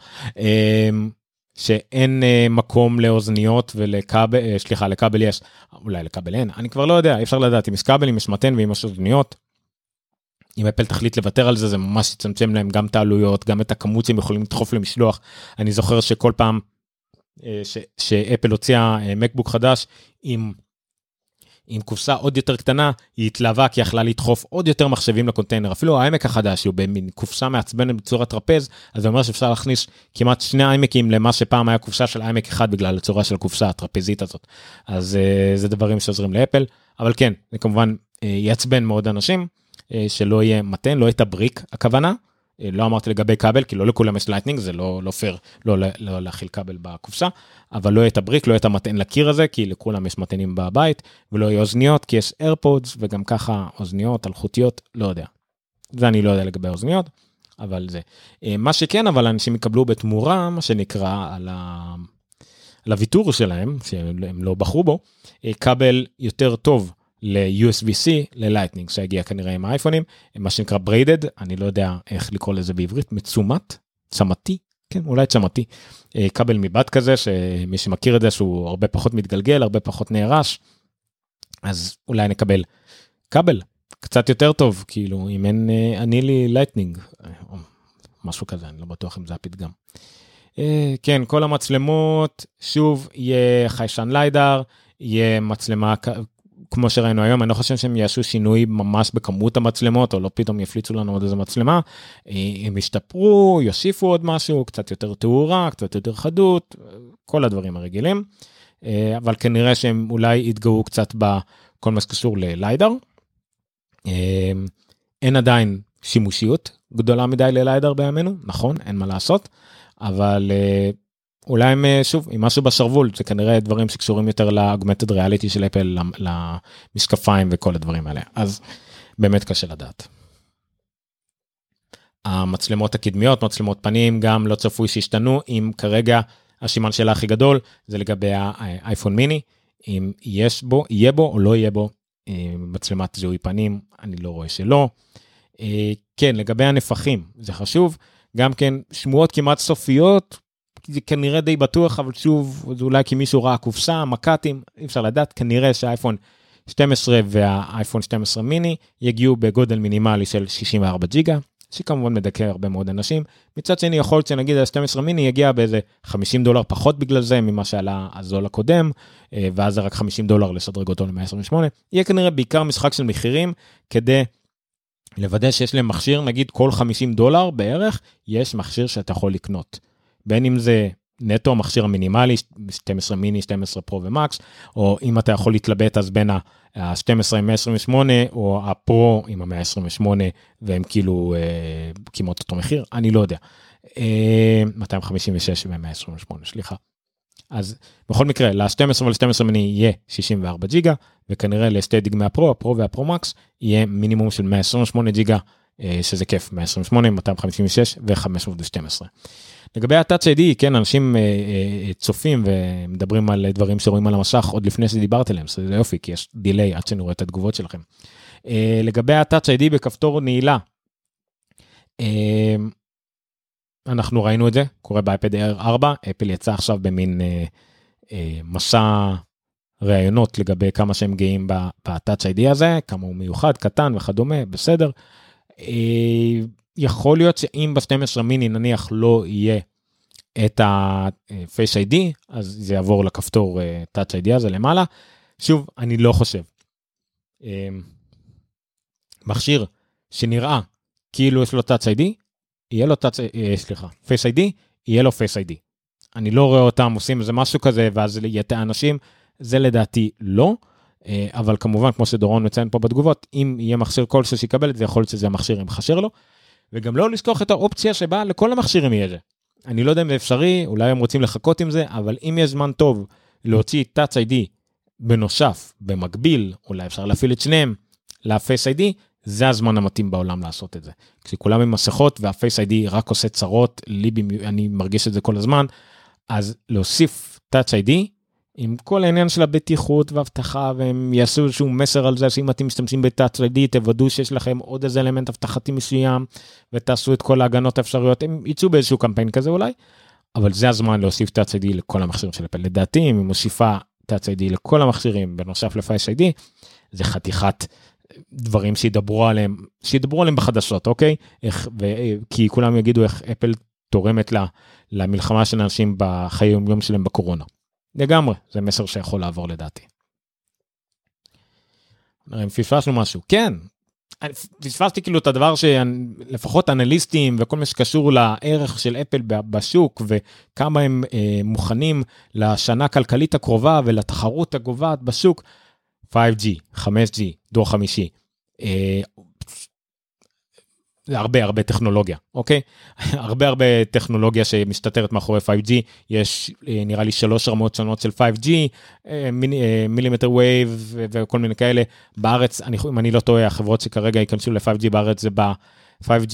שאין מקום לאוזניות ולכבל, סליחה, לכבל יש, אולי לכבל אין, אני כבר לא יודע, אי אפשר לדעת, אם יש כבל, אם יש מתן ואם יש אוזניות, אם אפל תחליט לוותר על זה, זה ממש יצמצם להם גם את העלויות, גם את הכמות שהם יכולים לדחוף למשלוח. אני זוכר שכל פעם שאפל הוציאה מקבוק חדש עם קופסה עוד יותר קטנה, היא התלהבה כי יכלה לדחוף עוד יותר מחשבים לקונטיינר, אפילו העמק החדש, הוא במין קופסה מעצבנת בצורה טרפז, אז זה אומר שאפשר להכניס כמעט 2 עמקים למה שפעם היה קופסה של עמק אחד, בגלל הצורה של הקופסה הטרפזית הזאת. אז זה דברים שעוזרים לאפל, אבל כן, זה כמובן יעצבן מאוד אנשים, שלא יהיה מתן, לא את הבריק, הכוונה, לא אמרתי לגבי כבל, כי לא לכולם יש לייטנינג, זה לא פייר, לא להכיל כבל בקופסה, אבל לא את הבריק, לא את המתן לקיר הזה, כי לכולם יש מתנים בבית, ולא יהיה אוזניות, כי יש איירפודס, וגם ככה אוזניות, אלחוטיות, לא יודע. זה אני לא יודע לגבי אוזניות, אבל זה. מה שכן, אבל אנשים יקבלו בתמורה, מה שנקרא, על הוויתור שלהם, שהם לא בחרו בו, כבל יותר טוב, ל-USB-C, ל-Lightning, שהגיע כנראה עם האייפונים, מה שנקרא braided, אני לא יודע איך לקרוא לזה בעברית, מצומת, צמתי, כן, אולי צמתי, כבל מבט כזה, שמי שמכיר את זה, שהוא הרבה פחות מתגלגל, הרבה פחות נערש, אז אולי נקבל כבל, קצת יותר טוב, כאילו, אם אין אני לי Lightning, או משהו כזה, אני לא בטוח אם זה הפתגם. כן, כל המצלמות, שוב, יהיה חיישן ליידר, יהיה מצלמה כמו שראינו היום, אני לא חושב שהם יעשו שינוי ממש בכמות המצלמות, או לא פתאום יפליצו לנו עוד איזה מצלמה, הם ישתפרו, יוסיפו עוד משהו, קצת יותר תאורה, קצת יותר חדות, כל הדברים הרגילים, אבל כנראה שהם אולי יתגאו קצת בכל מה שקשור לליידר. אין עדיין שימושיות גדולה מדי לליידר בימינו, נכון, אין מה לעשות, אבל אולי הם שוב, עם משהו בשרוול, זה כנראה דברים שקשורים יותר לאגמנטד ריאליטי של אפל, למשקפיים וכל הדברים האלה. אז באמת קשה לדעת. המצלמות הקדמיות, מצלמות פנים, גם לא צפוי שישתנו, אם כרגע השימן שלה הכי גדול, זה לגבי האייפון מיני, אם יהיה בו או לא יהיה בו, מצלמת זיהוי פנים, אני לא רואה שלא. כן, לגבי הנפחים, זה חשוב, גם כן שמועות כמעט סופיות, זה כנראה די בטוח, אבל שוב, זה אולי כי מישהו ראה קופסה, מקטים, אי אפשר לדעת, כנראה שהאייפון 12 והאייפון 12 מיני יגיעו בגודל מינימלי של 64 ג'יגה, שכמובן מדכא הרבה מאוד אנשים. מצד שני, יכול להיות שנגיד ה-12 מיני יגיע באיזה $50 פחות בגלל זה, ממה שעלה הזול הקודם, ואז זה רק $50 לשדרג אותו ל-128. יהיה כנראה בעיקר משחק של מחירים, כדי לוודא שיש להם מכשיר, נגיד כל $50 בערך, יש מכשיר שאתה יכול לקנות. בין אם זה נטו המכשיר המינימלי, 12 מיני, 12 פרו ומקס, או אם אתה יכול להתלבט אז בין ה-12 עם 128, או הפרו עם ה-128, והם כאילו כמעט אותו מחיר, אני לא יודע. 256 ו-128, סליחה. אז בכל מקרה, ל-12 ול-12 מיני יהיה 64 ג'יגה, וכנראה לשתי דגמי הפרו והפרו מקס, יהיה מינימום של 128 ג'יגה, שזה כיף, 128, 256 ו-512. לגבי ה-Touch ID, כן, אנשים צופים ומדברים על דברים שרואים על המשך עוד לפני שדיברתי עליהם, זה יופי, כי יש דיליי עד שאני רואה את התגובות שלכם. לגבי ה-Touch ID בכפתור נעילה, אנחנו ראינו את זה, קורה באייפד Air 4, אפל יצא עכשיו במין מסע ראיונות לגבי כמה שהם גאים ב-Touch ID הזה, כמה הוא מיוחד, קטן וכדומה, בסדר. יכול להיות שאם ב-12 מיני נניח לא יהיה את ה-Face ID, אז זה יעבור לכפתור Touch ID הזה למעלה. שוב, אני לא חושב. מכשיר שנראה כאילו יש לו Touch ID, יהיה לו Face ID, יהיה לו Face ID. אני לא רואה אותם עושים איזה משהו כזה, ואז יתה אנשים, זה לדעתי לא. אבל כמובן, כמו שדורון מציין פה בתגובות, אם יהיה מכשיר כלשהו שיקבל את זה, יכול להיות שזה המכשיר עם חשר לו, וגם לא לשכוח את האופציה שבה לכל המכשירים יהיה זה. אני לא יודע אם זה אפשרי, אולי הם רוצים לחכות עם זה, אבל אם יש זמן טוב להוציא Touch ID בנוסף, במקביל, אולי אפשר להפעיל את שניהם ל-Face ID, זה הזמן המתאים בעולם לעשות את זה. כשכולם עם מסכות וה-Face ID רק עושה צרות, אני מרגיש את זה כל הזמן, אז להוסיף Touch ID, עם כל העניין של הבטיחות והבטחה, והם יעשו איזשהו מסר על זה, שאם אתם משתמשים ב-Touch ID, תוודאו שיש לכם עוד איזה אלמנט הבטחתי מסוים, ותעשו את כל ההגנות האפשריות, הם יצאו באיזשהו קמפיין כזה אולי, אבל זה הזמן להוסיף Touch ID לכל המכשירים של אפל. לדעתי, אם היא מוסיפה Touch ID לכל המכשירים, בנוסף ל-Face ID, זה חתיכת דברים שידברו עליהם בחדשות, אוקיי? כי כולם יגידו איך אפל תורמת למלחמה של אנשים בחיי יום שלהם בקורונה. לגמרי, זה מסר שיכול לעבור לדעתי. אם פספסנו משהו, כן, פספסתי כאילו את הדבר שלפחות אנליסטים וכל מה שקשור לערך של אפל בשוק וכמה הם מוכנים לשנה הכלכלית הקרובה ולתחרות הגובהת בשוק, 5G, 5G, דור חמישי, זה הרבה טכנולוגיה, אוקיי? הרבה טכנולוגיה שמשתתרת מאחורי 5G, יש נראה לי 3 רמות שונות של 5G, מילימטר וייב וכל מיני כאלה, בארץ, אם אני לא טועה, החברות שכרגע ייכנסו ל-5G בארץ זה ב-5G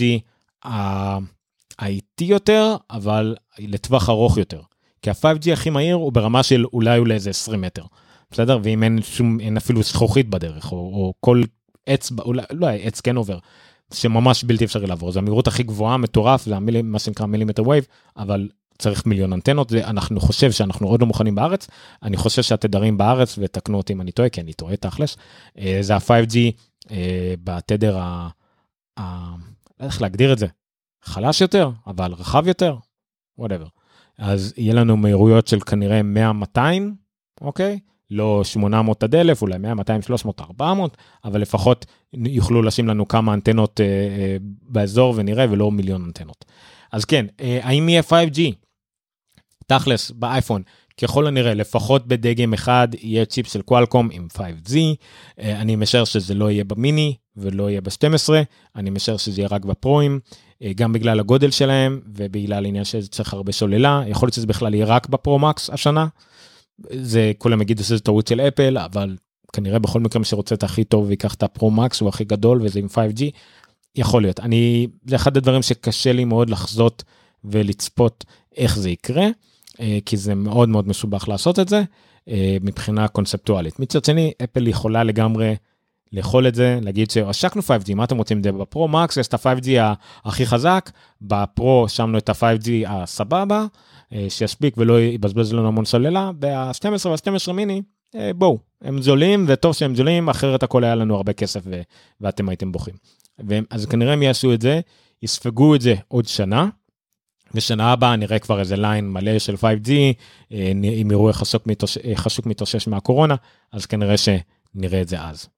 האיטי יותר, אבל לטווח ארוך יותר, כי ה-5G הכי מהיר הוא ברמה של אולי לאיזה 20 מטר, בסדר? ואם אין אפילו זכוכית בדרך, או כל עץ, אולי עץ כן עובר, שממש בלתי אפשרי לעבור, זה המהירות הכי גבוהה, מטורף, זה מה שנקרא מילימטר וייב, אבל צריך מיליון אנטנות, אנחנו חושב שאנחנו עוד לא מוכנים בארץ, אני חושב שהתדרים בארץ, ותקנו אותי אם אני טועה, כי אני טועה תכלס, זה ה-5G בתדר, לא איך להגדיר את זה, חלש יותר, אבל רחב יותר, whatever. אז יהיה לנו מהירויות של כנראה 100-200, אוקיי? לא 800 עד 1,000, אולי 100, 200, 300, 400, אבל לפחות יוכלו לשים לנו כמה אנטנות באזור ונראה, ולא מיליון אנטנות. אז כן, האם יהיה 5G? תכלס, באייפון, ככל הנראה, לפחות בדגם אחד, יהיה צ'יפ של קואלקום עם 5G, אני משער שזה לא יהיה במיני, ולא יהיה ב-12, אני משער שזה יהיה רק בפרוים, גם בגלל הגודל שלהם, ובגלל העניין שצריך הרבה שוללה, יכול להיות שזה בכלל יהיה רק בפרו-מקס השנה, זה כולם יגידו שזה טעות של אפל, אבל כנראה בכל מקרה שרוצה את הכי טוב ויקח את הפרו-מקס הוא הכי גדול וזה עם 5G, יכול להיות. זה אחד הדברים שקשה לי מאוד לחזות ולצפות איך זה יקרה, כי זה מאוד מאוד מסובך לעשות את זה, מבחינה קונספטואלית. מצד שני, אפל יכולה לגמרי לאכול את זה, להגיד שהשקנו 5G, מה אתם רוצים? בפרו-מקס יש את ה-5G הכי חזק, בפרו שמנו את ה-5G הסבבה, שיספיק ולא יבזבז לנו המון סוללה, וה-12 וה-12 מיני, בואו, הם זולים, וטוב שהם זולים, אחרת הכל היה לנו הרבה כסף, ואתם הייתם בוכים. אז כנראה הם יעשו את זה, יספגו את זה עוד שנה, ושנה הבאה נראה כבר איזה ליין מלא של 5G, אם יראו איך השוק מתאושש מהקורונה, אז כנראה שנראה את זה אז.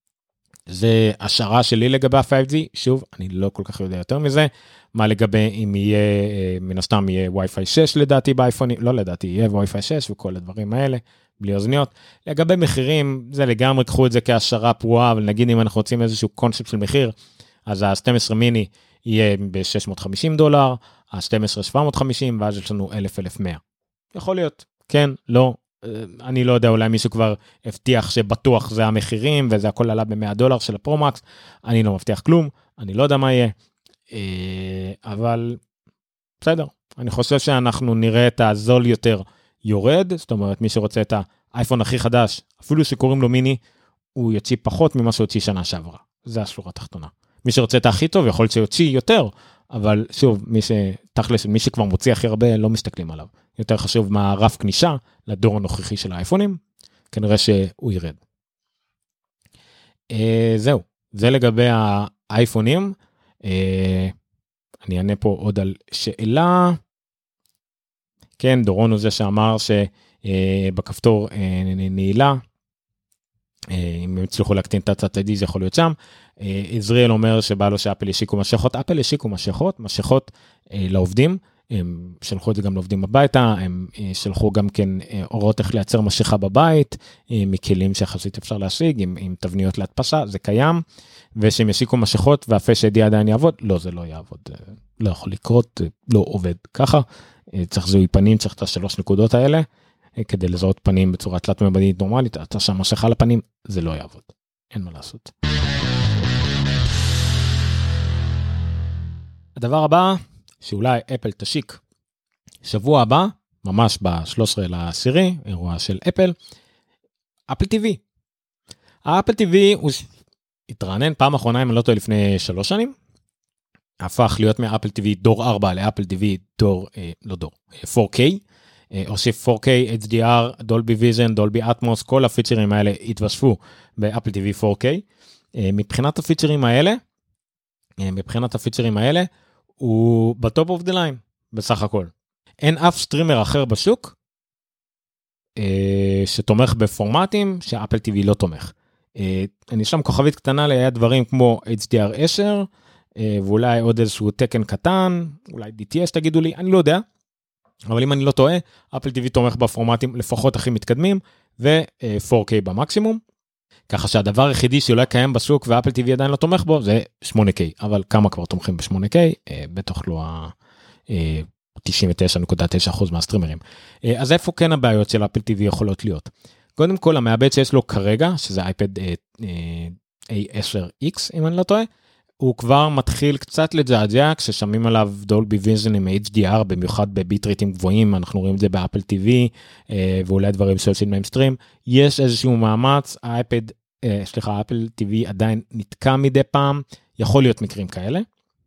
זה השערה שלי לגבי ה-5G, שוב, אני לא כל כך יודע יותר מזה, מה לגבי אם יהיה, מן הסתם יהיה Wi-Fi 6 לדעתי באייפונים, לא לדעתי, יהיה Wi-Fi 6 וכל הדברים האלה, בלי אוזניות. לגבי מחירים, זה לגמרי, קחו את זה כהשערה פרועה, אבל נגיד אם אנחנו רוצים איזשהו קונספט של מחיר, אז ה-12 מיני יהיה ב-$650, ה-12 750, ואז יש לנו 1,100. יכול להיות, כן, לא, אני לא יודע, אולי מישהו כבר הבטיח שבטוח זה המחירים, וזה הכל עלה ב$100 של הפרו-מקס, אני לא מבטיח כלום, אני לא יודע מה יהיה, אבל בסדר, אני חושב שאנחנו נראה את הזול יותר יורד, זאת אומרת, מי שרוצה את האייפון הכי חדש, אפילו שקוראים לו מיני, הוא יוציא פחות ממה שהוציא שנה שעברה, זה השורה התחתונה. מי שרוצה את הכי טוב, יכול להיות שיוציא יותר, אבל שוב, מי שכבר מוציא הכי הרבה, לא מסתכלים עליו. יותר חשוב מה רף כניסה לדור הנוכחי של האייפונים, כנראה שהוא ירד. זהו, זה לגבי האייפונים. אני אענה פה עוד על שאלה. כן, דורון הוא זה שאמר שבכפתור נעילה, אם הם הצליחו להקטין את הצד הידי, זה יכול להיות שם. עזריאל אומר שבא לו שאפל השיקו משכות, אפל השיקו משכות לעובדים, הם שלחו את זה גם לעובדים בביתה, הם שלחו גם כן הוראות איך לייצר משכה בבית, מכלים שיחסית אפשר להשיג, עם תבניות להדפסה, זה קיים, ושהם ישיקו משכות, והפש הידי עדיין יעבוד, לא, זה לא יעבוד, לא יכול לקרות, לא עובד ככה, צריך זיהוי פנים, צריך את 3 נקודות האלה, כדי לזהות פנים בצורה תלת ממדית נורמלית, אתה שם משכה לפנים, זה לא יעבוד, אין מה לעשות. הדבר הבא, שאולי אפל תשיק שבוע הבא, ממש ב-13/10, אירוע של אפל, אפל TV. האפל TV הוא התרענן פעם אחרונה, אם אני לא טועה, לפני 3 שנים, הפך להיות מאפל TV דור 4 לאפל TV דור, 4K, הוסיף 4K, HDR, דולבי ויז'ן, דולבי אטמוס, כל הפיצ'רים האלה התווספו באפל TV 4K. מבחינת הפיצ'רים האלה, הוא בטופ אוף דה ליין, בסך הכל. אין אף סטרימר אחר בשוק, שתומך בפורמטים שאפל TV לא תומך. אני שם כוכבית קטנה ליד דברים כמו HDR10, ואולי עוד איזשהו תקן קטן, אולי DTS תגידו לי, אני לא יודע, אבל אם אני לא טועה, אפל TV תומך בפורמטים לפחות הכי מתקדמים, ו-4K במקסימום, ככה שהדבר היחידי שאולי קיים בשוק ואפל TV עדיין לא תומך בו, זה 8K, אבל כמה כבר תומכים ב-8K, בטח לא 99.9% מהסטרימרים. אז איפה כן הבעיות של אפל TV יכולות להיות? קודם כל, המעבד שיש לו כרגע, שזה אייפד A10X, אם אני לא טועה, הוא כבר מתחיל קצת לג'עג'ע, כששמים עליו דולבי ויז'ן עם HDR, במיוחד בביט רייטים גבוהים, אנחנו רואים את זה באפל TV, ואולי דברים שעושים מיינסטרים. יש איזשהו מאמץ, אפל TV עדיין נתקע מדי פעם, יכול להיות מקרים כאלה.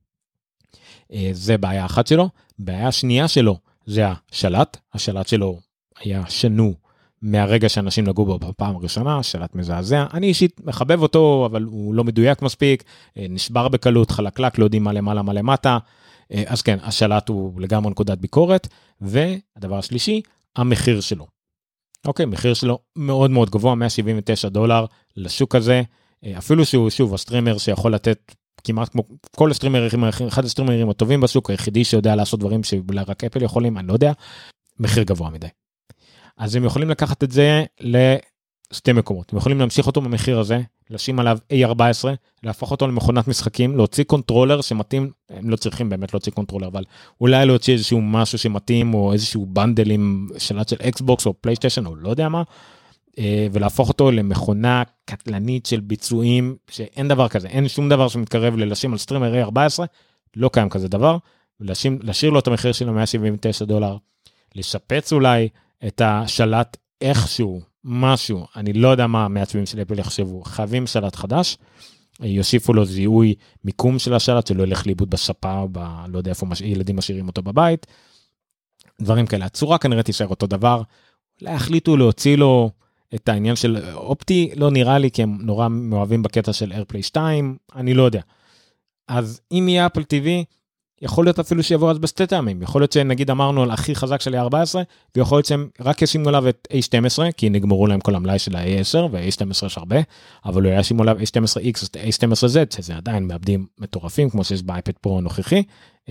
זה בעיה אחת שלו. בעיה שנייה שלו, זה השלט שלו היה שנו, מהרגע שאנשים נגעו בו בפעם הראשונה, שלט מזעזע. אני אישית מחבב אותו, אבל הוא לא מדויק מספיק, נשבר בקלות, חלקלק, לא יודעים מה למעלה, מה למטה. אז כן, השלט הוא לגמרי נקודת ביקורת, והדבר השלישי, המחיר שלו. אוקיי, מחיר שלו מאוד מאוד גבוה, $179 לשוק הזה, אפילו שהוא, שוב, הסטרימר שיכול לתת כמעט כמו כל הסטרימרים, אחד הסטרימרים הטובים בשוק, היחידי שיודע לעשות דברים שאולי רק אפל יכולים, אני לא יודע, מחיר גבוה מדי. אז הם יכולים לקחת את זה לשתי מקומות. הם יכולים להמשיך אותו במחיר הזה, לשים עליו A14, להפוך אותו למכונת משחקים, להוציא קונטרולר שמתאים, הם לא צריכים באמת להוציא קונטרולר, אבל אולי להוציא איזשהו משהו שמתאים, או איזשהו בנדל עם שלט של אקסבוקס או פלייסטיישן, או לא יודע מה, ולהפוך אותו למכונה קטלנית של ביצועים, שאין דבר כזה, אין שום דבר שמתקרב ללשים על סטרימר A14, לא קיים כזה דבר, ולהשאיר לו את המחיר שלו $179, לשפץ אולי את השלט איכשהו, משהו, אני לא יודע מה המעצבים של אפל יחשבו, חייבים שלט חדש, יוסיפו לו זיהוי מיקום של השלט, שלא ילך לאיבוד בספה, או לא יודע איפה ילדים משאירים אותו בבית, דברים כאלה. הצורה כנראה תישאר אותו דבר, אולי החליטו להוציא לו את העניין של אופטי, לא נראה לי, כי הם נורא מאוהבים בקטע של AirPlay 2, אני לא יודע. אז אם יהיה אפל TV, יכול להיות אפילו שיבוא אז בשתי טעמים, יכול להיות שנגיד אמרנו על הכי חזק של A14, ויכול להיות שהם רק ישימו עליו את A12, כי נגמרו להם כל המלאי של ה-A10, ו-A12 יש הרבה, אבל לא ישימו עליו A12X, A12Z, שזה עדיין מעבדים מטורפים, כמו שיש באייפד פרו הנוכחי,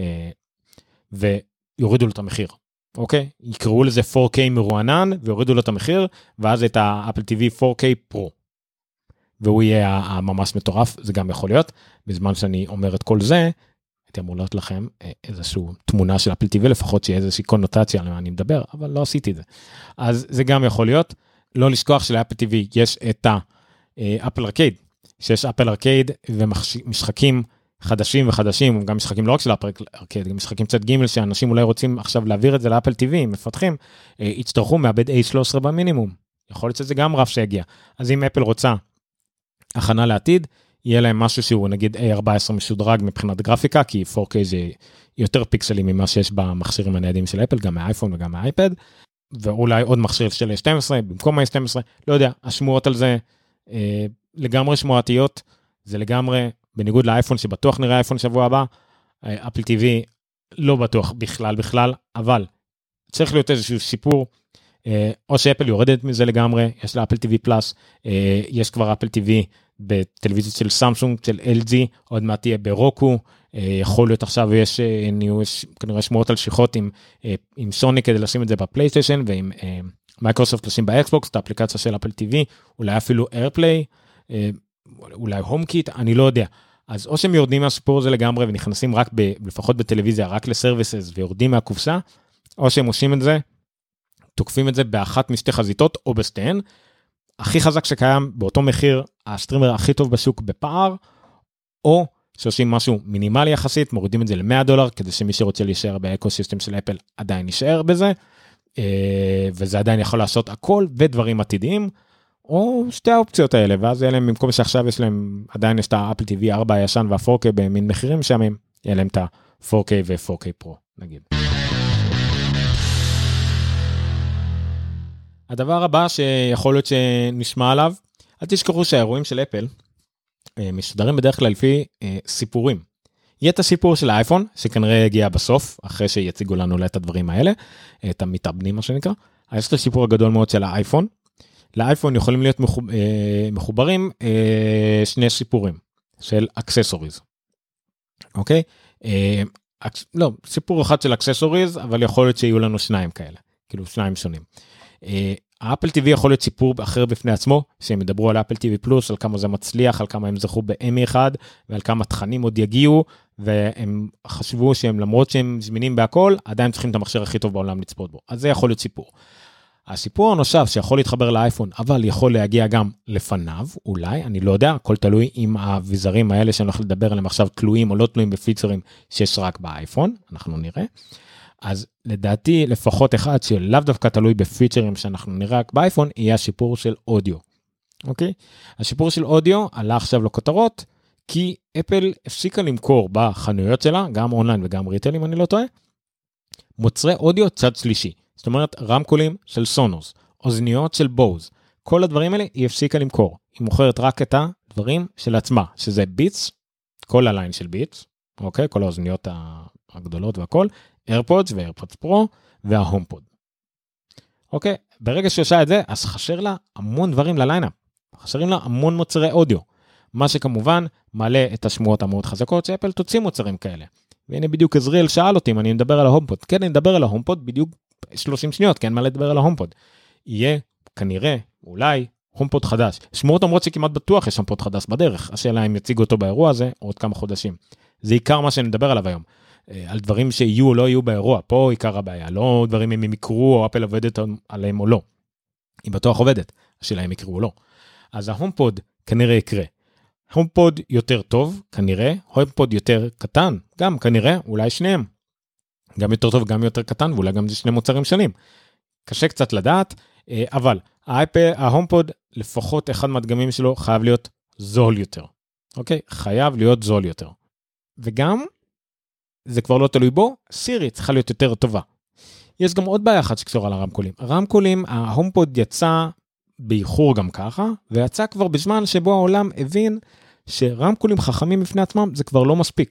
ויורידו לו את המחיר, אוקיי? יקראו לזה 4K מרוענן, ויורידו לו את המחיר, ואז את האפל TV 4K פרו, והוא יהיה הממש מטורף, זה גם יכול להיות, בזמן שאני אומר את כל זה, הייתי אמור לראות לכם איזושהי תמונה של אפל TV, לפחות שיהיה איזושהי קונוטציה על מה אני מדבר, אבל לא עשיתי את זה. אז זה גם יכול להיות, לא לשכוח שלאפל TV יש את האפל ארקייד, שיש אפל ארקייד ומשחקים חדשים וחדשים, גם משחקים לא רק של אפל ארקייד, גם משחקים צד ג' שאנשים אולי רוצים עכשיו להעביר את זה לאפל TV, מפתחים, יצטרכו מעבד A13 במינימום, יכול להיות שזה גם רף שהגיע. אז אם אפל רוצה הכנה לעתיד, יהיה להם משהו שהוא נגיד A14 משודרג מבחינת גרפיקה, כי 4K זה יותר פיקסלים ממה שיש במכשירים הניידים של אפל, גם מהאייפון וגם מהאייפד, ואולי עוד מכשיר של A12 במקום A12, לא יודע, השמועות על זה לגמרי שמועתיות, זה לגמרי בניגוד לאייפון שבטוח נראה אייפון שבוע הבא, אפל TV לא בטוח בכלל, אבל צריך להיות איזשהו שיפור, או שאפל יורדת מזה לגמרי, יש לה אפל TV פלאס, יש כבר אפל TV בטלוויזיות של סמסונג, של LG, עוד מעט תהיה ברוקו, יכול להיות עכשיו יש כנראה שמועות על שיחות עם סוני כדי לשים את זה בפלייסטיישן, ועם מייקרוסופט לשים באקסבוקס, את האפליקציה של אפל TV, אולי אפילו איירפליי, אולי הום קיט, אני לא יודע. אז או שהם יורדים מהסיפור הזה לגמרי, ונכנסים רק לפחות בטלוויזיה, רק לסרוויסס, ויורדים מהקופסה, או שהם עושים את זה, תוקפים את זה באחת משתי חזיתות, או בשתיהן, הכי חזק שקיים באותו מחיר, הסטרימר הכי טוב בשוק בפער, או שעושים משהו מינימלי יחסית, מורידים את זה $100, כדי שמי שרוצה להישאר באקוסיסטם של אפל עדיין נשאר בזה, וזה עדיין יכול לעשות הכל ודברים עתידיים, או שתי האופציות האלה, ואז יהיה להם, במקום שעכשיו יש להם, עדיין יש את האפל TV 4 הישן וה-4K במין מחירים שמים, יהיה להם את ה-4K ו-4K פרו, נגיד. הדבר הבא שיכול להיות שנשמע עליו, אל תשכחו שהאירועים של אפל משודרים בדרך כלל לפי סיפורים. יהיה את הסיפור של האייפון, שכנראה יגיע בסוף, אחרי שיציגו לנו את הדברים האלה, את המתאבנים מה שנקרא. יש את הסיפור הגדול מאוד של האייפון, לאייפון יכולים להיות מחוברים שני סיפורים של אקססוריז. אוקיי? לא, סיפור אחד של אקססוריז, אבל יכול להיות שיהיו לנו שניים כאלה, כאילו שניים שונים. האפל TV יכול להיות סיפור אחר בפני עצמו, שהם ידברו על אפל TV פלוס, על כמה זה מצליח, על כמה הם זכו באמי אחד, ועל כמה תכנים עוד יגיעו, והם חשבו שהם למרות שהם זמינים בהכל, עדיין צריכים את המכשיר הכי טוב בעולם לצפות בו. אז זה יכול להיות סיפור. הסיפור הנוסף שיכול להתחבר לאייפון, אבל יכול להגיע גם לפניו, אולי, אני לא יודע, הכל תלוי אם האביזרים האלה שאני הולך לדבר עליהם עכשיו תלויים או לא תלויים בפיצרים שיש רק באייפון, אנחנו נראה. אז לדעתי לפחות אחד שלאו דווקא תלוי בפיצ'רים שאנחנו נראה רק באייפון, יהיה השיפור של אודיו. אוקיי? השיפור של אודיו עלה עכשיו לכותרות, כי אפל הפסיקה למכור בחנויות שלה, גם אונליין וגם ריטייל אם אני לא טועה, מוצרי אודיו צד שלישי. זאת אומרת רמקולים של סונוס, אוזניות של בוז, כל הדברים האלה היא הפסיקה למכור. היא מוכרת רק את הדברים של עצמה, שזה ביטס, כל הליין של ביטס, אוקיי? כל האוזניות הגדולות והכל, AirPods ו-AirPods Pro וההומפוד. אוקיי, ברגע שעושה את זה, אז חסר לה המון דברים לליינאפ. חסרים לה המון מוצרי אודיו. מה שכמובן מעלה את השמועות המאוד חזקות שאפל תוציא מוצרים כאלה. והנה בדיוק עזריאל שאל אותי אם אני מדבר על ההומפוד. כן, אני מדבר על ההומפוד בדיוק 30 שניות, כן, מה לדבר על ההומפוד. יהיה כנראה, אולי, הומפוד חדש. שמועות אומרות שכמעט בטוח יש הומפוד חדש בדרך. השאלה אם יציגו אותו באירוע הזה עוד כמה חודשים. זה עיקר מה שאני מדבר עליו היום. על דברים שיהיו או לא יהיו באירוע, פה עיקר הבעיה, לא דברים אם הם יקרו או אפל עובדת עליהם או לא. היא בטוח עובדת, השאלה אם יקרו או לא. אז ההומפוד כנראה יקרה. הומפוד יותר טוב, כנראה, הומפוד יותר קטן, גם כנראה, אולי שניהם. גם יותר טוב, גם יותר קטן, ואולי גם זה שני מוצרים שונים. קשה קצת לדעת, אבל ההומפוד, לפחות אחד מהדגמים שלו, חייב להיות זול יותר. אוקיי? חייב להיות זול יותר. וגם, זה כבר לא תלוי בו, סירי צריכה להיות יותר טובה. יש גם עוד בעיה אחת שקשורה לרמקולים. הרמקולים, ההומפוד יצא באיחור גם ככה, ויצא כבר בזמן שבו העולם הבין שרמקולים חכמים בפני עצמם זה כבר לא מספיק.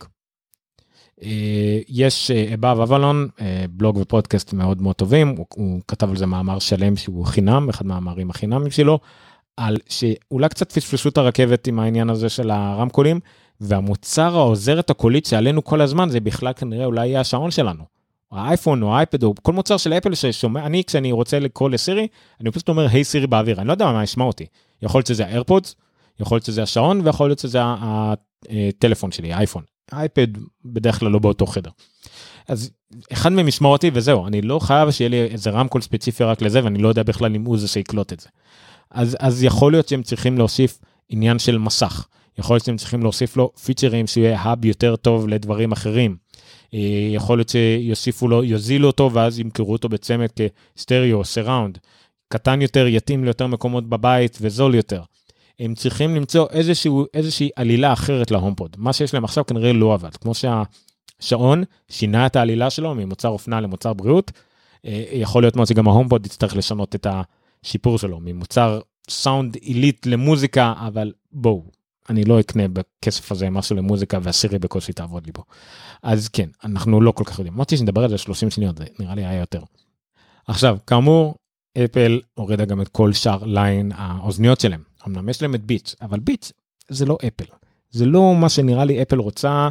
יש אבאב אבלון, בלוג ופודקאסט מאוד מאוד טובים, הוא כתב על זה מאמר שלם שהוא חינם, אחד מהמאמרים החינמים שלו, על שאולי קצת פספסו את הרכבת עם העניין הזה של הרמקולים, והמוצר העוזרת הקולית שעלינו כל הזמן, זה בכלל כנראה אולי יהיה השעון שלנו. האייפון או האייפד או כל מוצר של אפל ששומע, אני כשאני רוצה לקרוא לסירי, אני פשוט אומר, היי סירי באוויר, אני לא יודע מה ישמע אותי. יכול להיות שזה האיירפודס, יכול להיות שזה השעון, ויכול להיות שזה הטלפון שלי, האייפון. האייפד בדרך כלל לא באותו חדר. אז אחד מהם ישמע אותי וזהו, אני לא חייב שיהיה לי איזה רמקול ספציפי רק לזה, ואני לא יודע בכלל אם הוא זה שיקלוט את זה. אז יכול להיות שהם צריכים להוסיף עניין של מסך. יכול להיות שהם צריכים להוסיף לו פיצ'רים שיהיה האב יותר טוב לדברים אחרים. יכול להיות שיוסיפו לו, יוזילו אותו ואז ימכרו אותו בצמד כסטריאו, סראונד, קטן יותר, יתאים ליותר מקומות בבית וזול יותר. הם צריכים למצוא איזושהי עלילה אחרת להומפוד. מה שיש להם עכשיו כנראה לא עבד. כמו שהשעון שינה את העלילה שלו ממוצר אופנה למוצר בריאות, יכול להיות מאוד שגם ההומפוד יצטרך לשנות את השיפור שלו, ממוצר סאונד עילית למוזיקה, אבל בואו, אני לא אקנה בכסף הזה משהו למוזיקה, והסירי בקושי תעבוד לי בו. אז כן, אנחנו לא כל כך יודעים. אמרתי שנדבר על זה 30 שניות, זה נראה לי היה יותר. עכשיו, כאמור, אפל הורידה גם את כל שאר ליין האוזניות שלהם. אמנם יש להם את ביטס, אבל ביטס זה לא אפל. זה לא מה שנראה לי אפל רוצה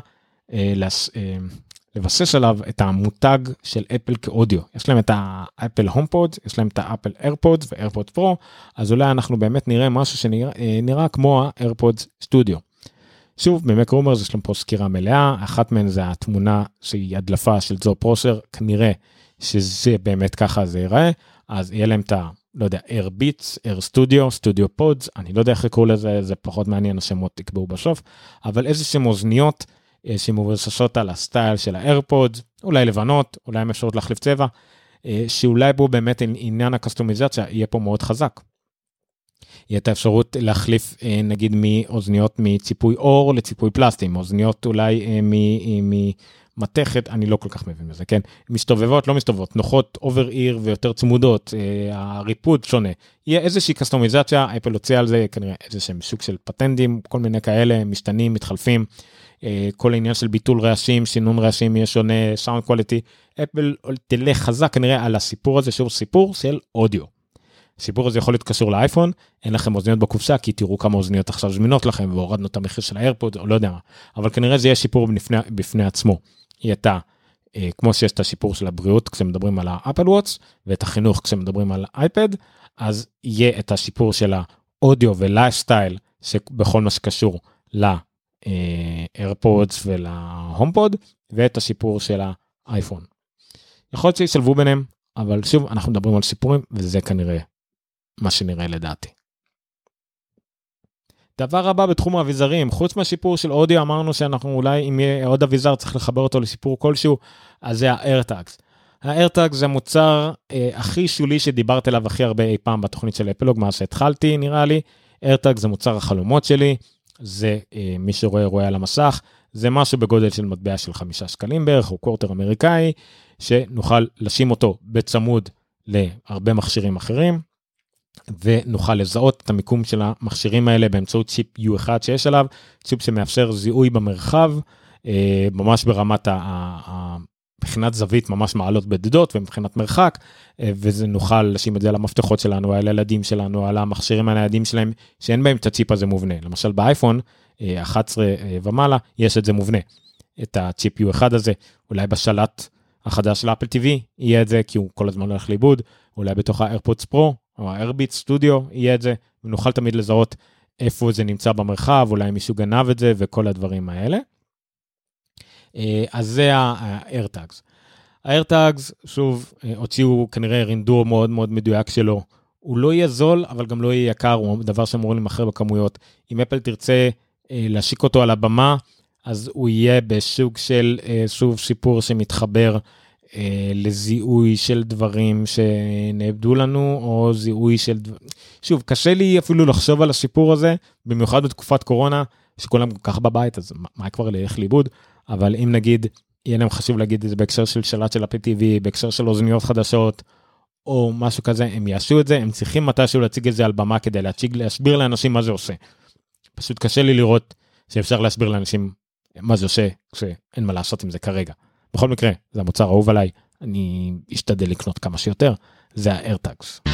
לבסס עליו את המותג של אפל כאודיו. יש להם את האפל הומפוד, יש להם את האפל איירפוד ואיירפוד פרו, אז אולי אנחנו באמת נראה משהו שנראה כמו האיירפוד סטודיו. שוב, במקרומר יש להם פה סקירה מלאה, אחת מהן זה התמונה שהיא הדלפה של זו פרוסר, כנראה שזה באמת ככה זה ייראה, אז יהיה להם את לא יודע, Air Beats, Air Studio, Studio Pods, אני לא יודע איך יקראו לזה, זה פחות מעניין, השמות תקבעו בסוף, אבל איזשהם אוזניות שמבוססות על הסטייל של ה-AirPods, אולי לבנות, אולי עם אפשרות להחליף צבע, שאולי בו באמת עניין הקסטומיזציה יהיה פה מאוד חזק. יהיה את האפשרות להחליף נגיד מאוזניות מציפוי אור לציפוי פלסטי, אוזניות אולי מתכת, אני לא כל כך מבין בזה, כן? מסתובבות, לא מסתובבות, נוחות אובר איר ויותר צמודות, הריפוד שונה. יהיה איזושהי קסטומיזציה, אפל הוציא על זה, כנראה איזשהם שוק של פטנדים, כל מיני כאלה, משתנים, מתחלפים, כל העניין של ביטול רעשים, שינון רעשים יהיה שונה, סאונד קואליטי, אפל תלך חזק כנראה על הסיפור הזה, שהוא סיפור של אודיו. הסיפור הזה יכול להיות קשור לאייפון, אין לכם אוזניות בקופסה, כי תראו כמה אוזניות עכשיו זמינות לכם, והורדנו את המחיר של האיירפוד, או לא יודע מה, אבל כנראה זה יהיה שיפור בפני עצמו. היא הייתה, כמו שיש את השיפור של הבריאות, כשמדברים על האפל וואטס, ואת החינוך כשמדברים על אייפד, אז יהיה את השיפור של האודיו ולייפסטייל, שבכל מה שקשור לאיירפודס ולהומפוד, ואת השיפור של האייפון. יכול להיות שישלבו ביניהם, אבל שוב, אנחנו מדברים על שיפורים, וזה כנראה מה שנראה לדעתי. דבר הבא בתחום האביזרים, חוץ מהשיפור של אודיו, אמרנו שאנחנו אולי, אם יהיה עוד אביזר, צריך לחבר אותו לשיפור כלשהו, אז זה ה-AirTags. ה-AirTags זה המוצר הכי שולי שדיברתי עליו הכי הרבה אי פעם בתוכנית של אפלוג, מאז שהתחלתי נראה לי. AirTags זה מוצר החלומות שלי, זה מי שרואה על המסך, זה משהו בגודל של מטבע של 5 שקלים בערך, או קורטר אמריקאי, שנוכל לשים אותו בצמוד להרבה מכשירים אחרים, ונוכל לזהות את המיקום של המכשירים האלה באמצעות צ'יפ U1 שיש עליו, צ'יפ שמאפשר זיהוי במרחב, ממש ברמת מבחינת זווית ממש מעלות בדידות ומבחינת מרחק, וזה נוכל לשים את זה על המפתחות שלנו, על הילדים שלנו, על המכשירים הניידים שלהם, שאין בהם את הצ'יפ הזה מובנה. למשל באייפון 11 ומעלה יש את זה מובנה, את הצ'יפ U1 הזה, אולי בשלט החדש של אפל TV יהיה את זה, כי הוא כל הזמן הולך לאיבוד, אולי בתוך ה-AirPods Pro או ה-AirBeats Studio יהיה את זה, ונוכל תמיד לזהות איפה זה נמצא במרחב, אולי מישהו גנב את זה וכל הדברים האלה. אז זה ה-AirTags. ה-AirTags, שוב, הוציאו כנראה רינדור מאוד מאוד מדויק שלו. הוא לא יהיה זול, אבל גם לא יהיה יקר, הוא דבר שאמור למחר בכמויות. אם אפל תרצה להשיק אותו על הבמה, אז הוא יהיה בסוג של שוב שיפור שמתחבר לזיהוי של דברים שנאבדו לנו, או זיהוי של שוב, קשה לי אפילו לחשוב על השיפור הזה, במיוחד בתקופת קורונה, שכולם ככה בבית, אז מה כבר ללך לאיבוד? אבל אם נגיד, יהיה להם חשוב להגיד את זה בהקשר של שלט של אפל TV, בהקשר של אוזניות חדשות, או משהו כזה, הם יעשו את זה, הם צריכים מתישהו להציג את זה על במה, כדי להסביר לאנשים מה זה עושה. פשוט קשה לי לראות שאפשר להסביר לאנשים מה זה עושה, כשאין מה לעשות עם זה כרגע. בכל מקרה, זה המוצר האהוב עליי, אני אשתדל לקנות כמה שיותר, זה ה-AirTags.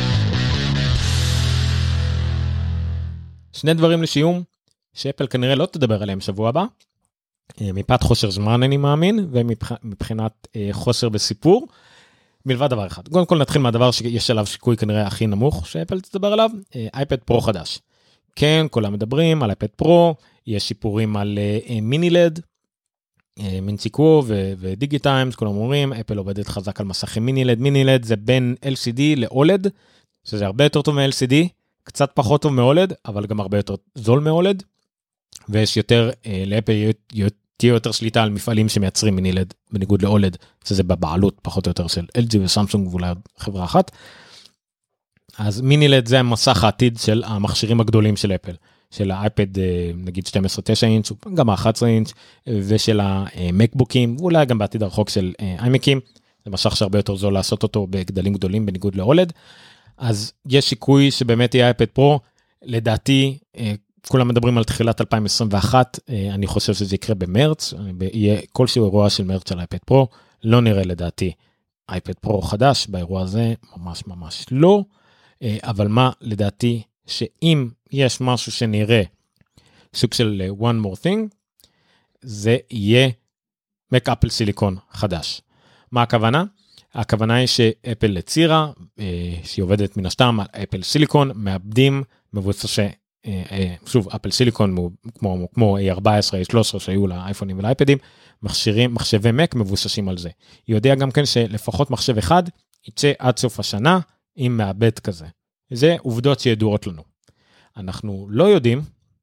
שני דברים לשיום, שאפל כנראה לא תדבר עליהם שבוע הבא, מפאת חוסר זמן אני מאמין, ומבחינת חוסר בסיפור, מלבד דבר אחד. קודם כל נתחיל מהדבר שיש עליו שיקוי כנראה הכי נמוך, שאפל תדבר עליו, אייפד פרו חדש. כן, כולם מדברים על אייפד פרו, יש שיפורים על מיני לד, מינציקו ודיגי טיימס, כולם אומרים, אפל עובדת חזק על מסכים מיני לד, מיני לד זה בין LCD ל-OLED, שזה הרבה יותר טוב מ-LCD, קצת פחות טוב מ-OLED, אבל גם הרבה יותר זול מ-OLED, ויש יותר, לאפל תהיה יותר שליטה על מפעלים שמייצרים מיני לד, בניגוד ל-OLED, שזה בבעלות פחות או יותר של LG וסמסונג ואולי חברה אחת. אז מיני לד זה המסך העתיד של המכשירים הגדולים של אפל, של האייפד נגיד 12-9 אינץ', גם ה-11 אינץ', ושל המקבוקים, ואולי גם בעתיד הרחוק של איימקים, זה מסך שהרבה יותר זול לעשות אותו בגדלים גדולים בניגוד ל-OLED, אז יש שיקוי שבאמת יהיה אייפד פרו, לדעתי, כולם מדברים על תחילת 2021, אני חושב שזה יקרה במרץ, יהיה כלשהו אירוע של מרץ של אייפד פרו, לא נראה לדעתי אייפד פרו חדש, באירוע הזה ממש ממש לא, אבל מה לדעתי, שאם יש משהו שנראה סוג של one more thing, זה יהיה Mac Apple Silicon חדש. מה הכוונה? הכוונה היא שאפל הצירה, שהיא עובדת מן השתם על אפל סיליקון, מעבדים מבוססי, שוב, אפל סיליקון כמו A14, A13 שהיו לאייפונים ולאייפדים, מחשבי Mac מבוססים על זה. היא יודעה גם כן שלפחות מחשב אחד יצא עד סוף השנה עם מעבד כזה. זה עובדות שידועות לנו. אנחנו לא יודעים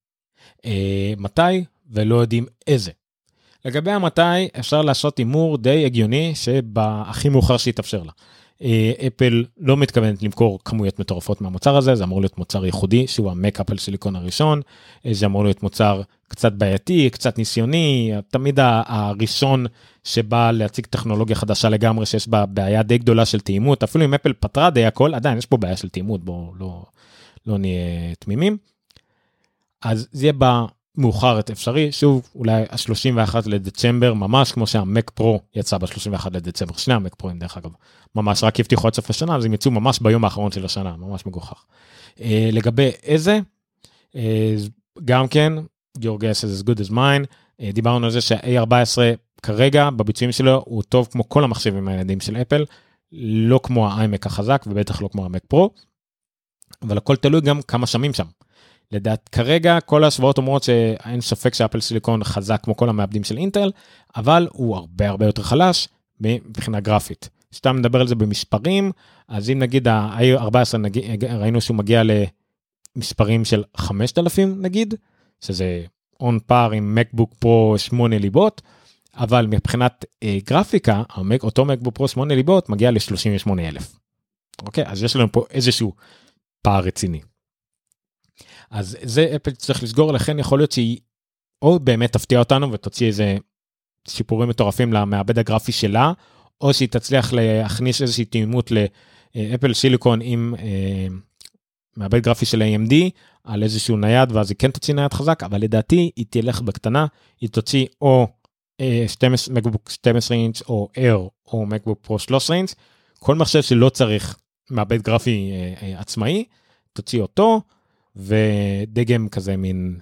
מתי ולא יודעים איזה. לגבי המתי אפשר לעשות אימור די הגיוני שבהכי מאוחר שיתאפשר לה. אפל לא מתכוונת למכור כמויות מטורפות מהמוצר הזה, זה אמור להיות מוצר ייחודי, שהוא המק אפל סיליקון הראשון, זה אמור להיות מוצר קצת בעייתי, קצת ניסיוני, תמיד הראשון שבא להציג טכנולוגיה חדשה לגמרי, שיש בה בעיה די גדולה של תאימות, אפילו אם אפל פתרה די הכל, עדיין יש פה בעיה של תאימות, בואו לא נהיה תמימים. אז זה יהיה מאוחר אפשרי, שוב, אולי ה-31 לדצמבר, ממש כמו שהמק פרו יצא ב-31 לדצמבר, שני המק פרוים דרך אגב, ממש רק הבטיחו עד סוף השנה, אז הם יצאו ממש ביום האחרון של השנה, ממש מגוחך. לגבי איזה, גם כן, your guess is as good as mine, דיברנו על זה שה-A14 כרגע, בביצועים שלו, הוא טוב כמו כל המחשבים הילדים של אפל, לא כמו ה-iMac החזק, ובטח לא כמו המק פרו, אבל הכל תלוי גם כמה שמים שם. לדעת כרגע כל ההשוואות אומרות שאין ספק שאפל סיליקון חזק כמו כל המעבדים של אינטל, אבל הוא הרבה יותר חלש מבחינה גרפית. כשאתה מדבר על זה במספרים, אז אם נגיד ה-A14 ראינו שהוא מגיע למספרים של 5,000 נגיד, שזה on par עם מקבוק פרו 8 ליבות, אבל מבחינת גרפיקה, אותו מקבוק פרו 8 ליבות מגיע ל-38,000. אוקיי? אז יש לנו פה איזשהו פער רציני. אז זה אפל צריך לסגור, לכן יכול להיות שהיא או באמת תפתיע אותנו ותוציא איזה שיפורים מטורפים למעבד הגרפי שלה, או שהיא תצליח להכניס איזושהי תאימות לאפל סיליקון עם מעבד גרפי של AMD על איזשהו נייד, ואז היא כן תוציא נייד חזק, אבל לדעתי היא תלך בקטנה, היא תוציא או מקבוק 12 אינץ' או Air או מקבוק פרו 13 אינץ', כל מחשב שלא צריך מעבד גרפי עצמאי, תוציא אותו, ודגם כזה מין,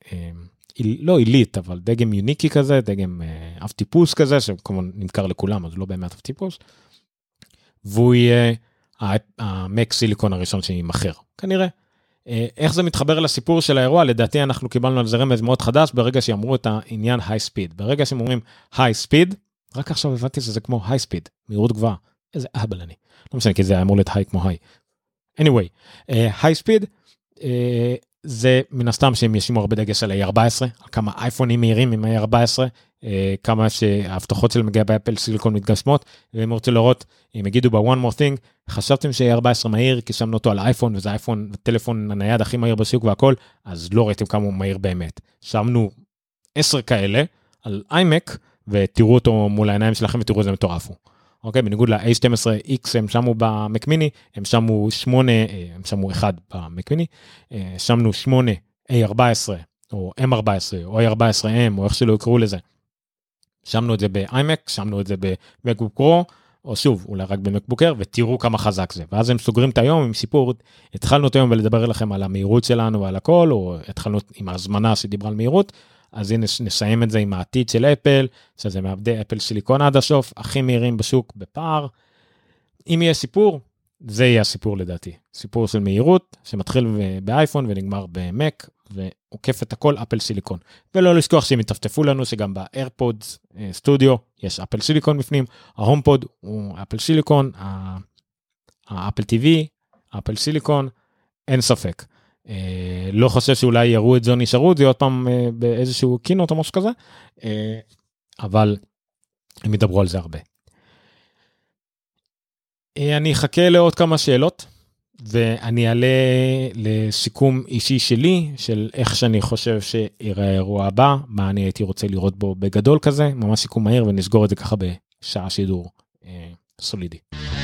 לא עילית, אבל דגם יוניקי כזה, דגם אף טיפוס כזה, שכמובן נמכר לכולם, אז לא באמת אף טיפוס, והוא יהיה המק סיליקון הראשון שימכר, כנראה. איך זה מתחבר לסיפור של האירוע? לדעתי אנחנו קיבלנו על זה רמז מאוד חדש, ברגע שאמרו את העניין high speed, ברגע שהם אומרים high speed, רק עכשיו הבנתי שזה כמו high speed, מהירות גבוהה, איזה אהבל אני, לא משנה, כי זה אמור להיות high כמו high. anyway, high speed, זה מן הסתם שהם ישימו הרבה דגש על A14, על כמה אייפונים מהירים עם A14, כמה שההבטחות שלהם מגיע באפל סיליקון מתגשמות, והם רוצים לראות, אם יגידו ב-one more thing, חשבתם ש-A14 מהיר, כי שמנו אותו על האייפון, וזה האייפון, הטלפון הנייד הכי מהיר בשוק והכל, אז לא ראיתם כמה הוא מהיר באמת. שמנו 10 כאלה על iMac, ותראו אותו מול העיניים שלכם, ותראו איזה מטורף הוא. אוקיי, בניגוד ל-A12X הם שמו במק מיני, הם שמו 8, הם שמו 1 במק מיני, שמנו 8 A14 או M14 או A14M או איך שלא יקראו לזה. שמנו את זה ב-iMac, שמנו את זה במקבוק פרו, או שוב, אולי רק במקבוק אייר, ותראו כמה חזק זה. ואז הם סוגרים את היום עם סיפור, התחלנו את היום ולדבר לכם על המהירות שלנו ועל הכל, או התחלנו עם הזמנה שדיברה על מהירות, אז הנה נסיים את זה עם העתיד של אפל, שזה מעבדי אפל סיליקון עד הסוף, הכי מהירים בשוק בפער. אם יהיה סיפור, זה יהיה הסיפור לדעתי. סיפור של מהירות, שמתחיל באייפון ונגמר במק, ועוקף את הכל אפל סיליקון. ולא לשכוח שהם יטפטפו לנו שגם באיירפודס סטודיו יש אפל סיליקון בפנים, ההומפוד הוא אפל סיליקון, האפל TV, אפל סיליקון, אין ספק. לא חושב שאולי יראו את זה או נשארו את זה עוד פעם באיזשהו קינות או משהו כזה, אבל הם ידברו על זה הרבה. אני אחכה לעוד כמה שאלות, ואני אעלה לסיכום אישי שלי, של איך שאני חושב שיראה האירוע הבא, מה אני הייתי רוצה לראות בו בגדול כזה, ממש סיכום מהיר, ונסגור את זה ככה בשעה שידור סולידי.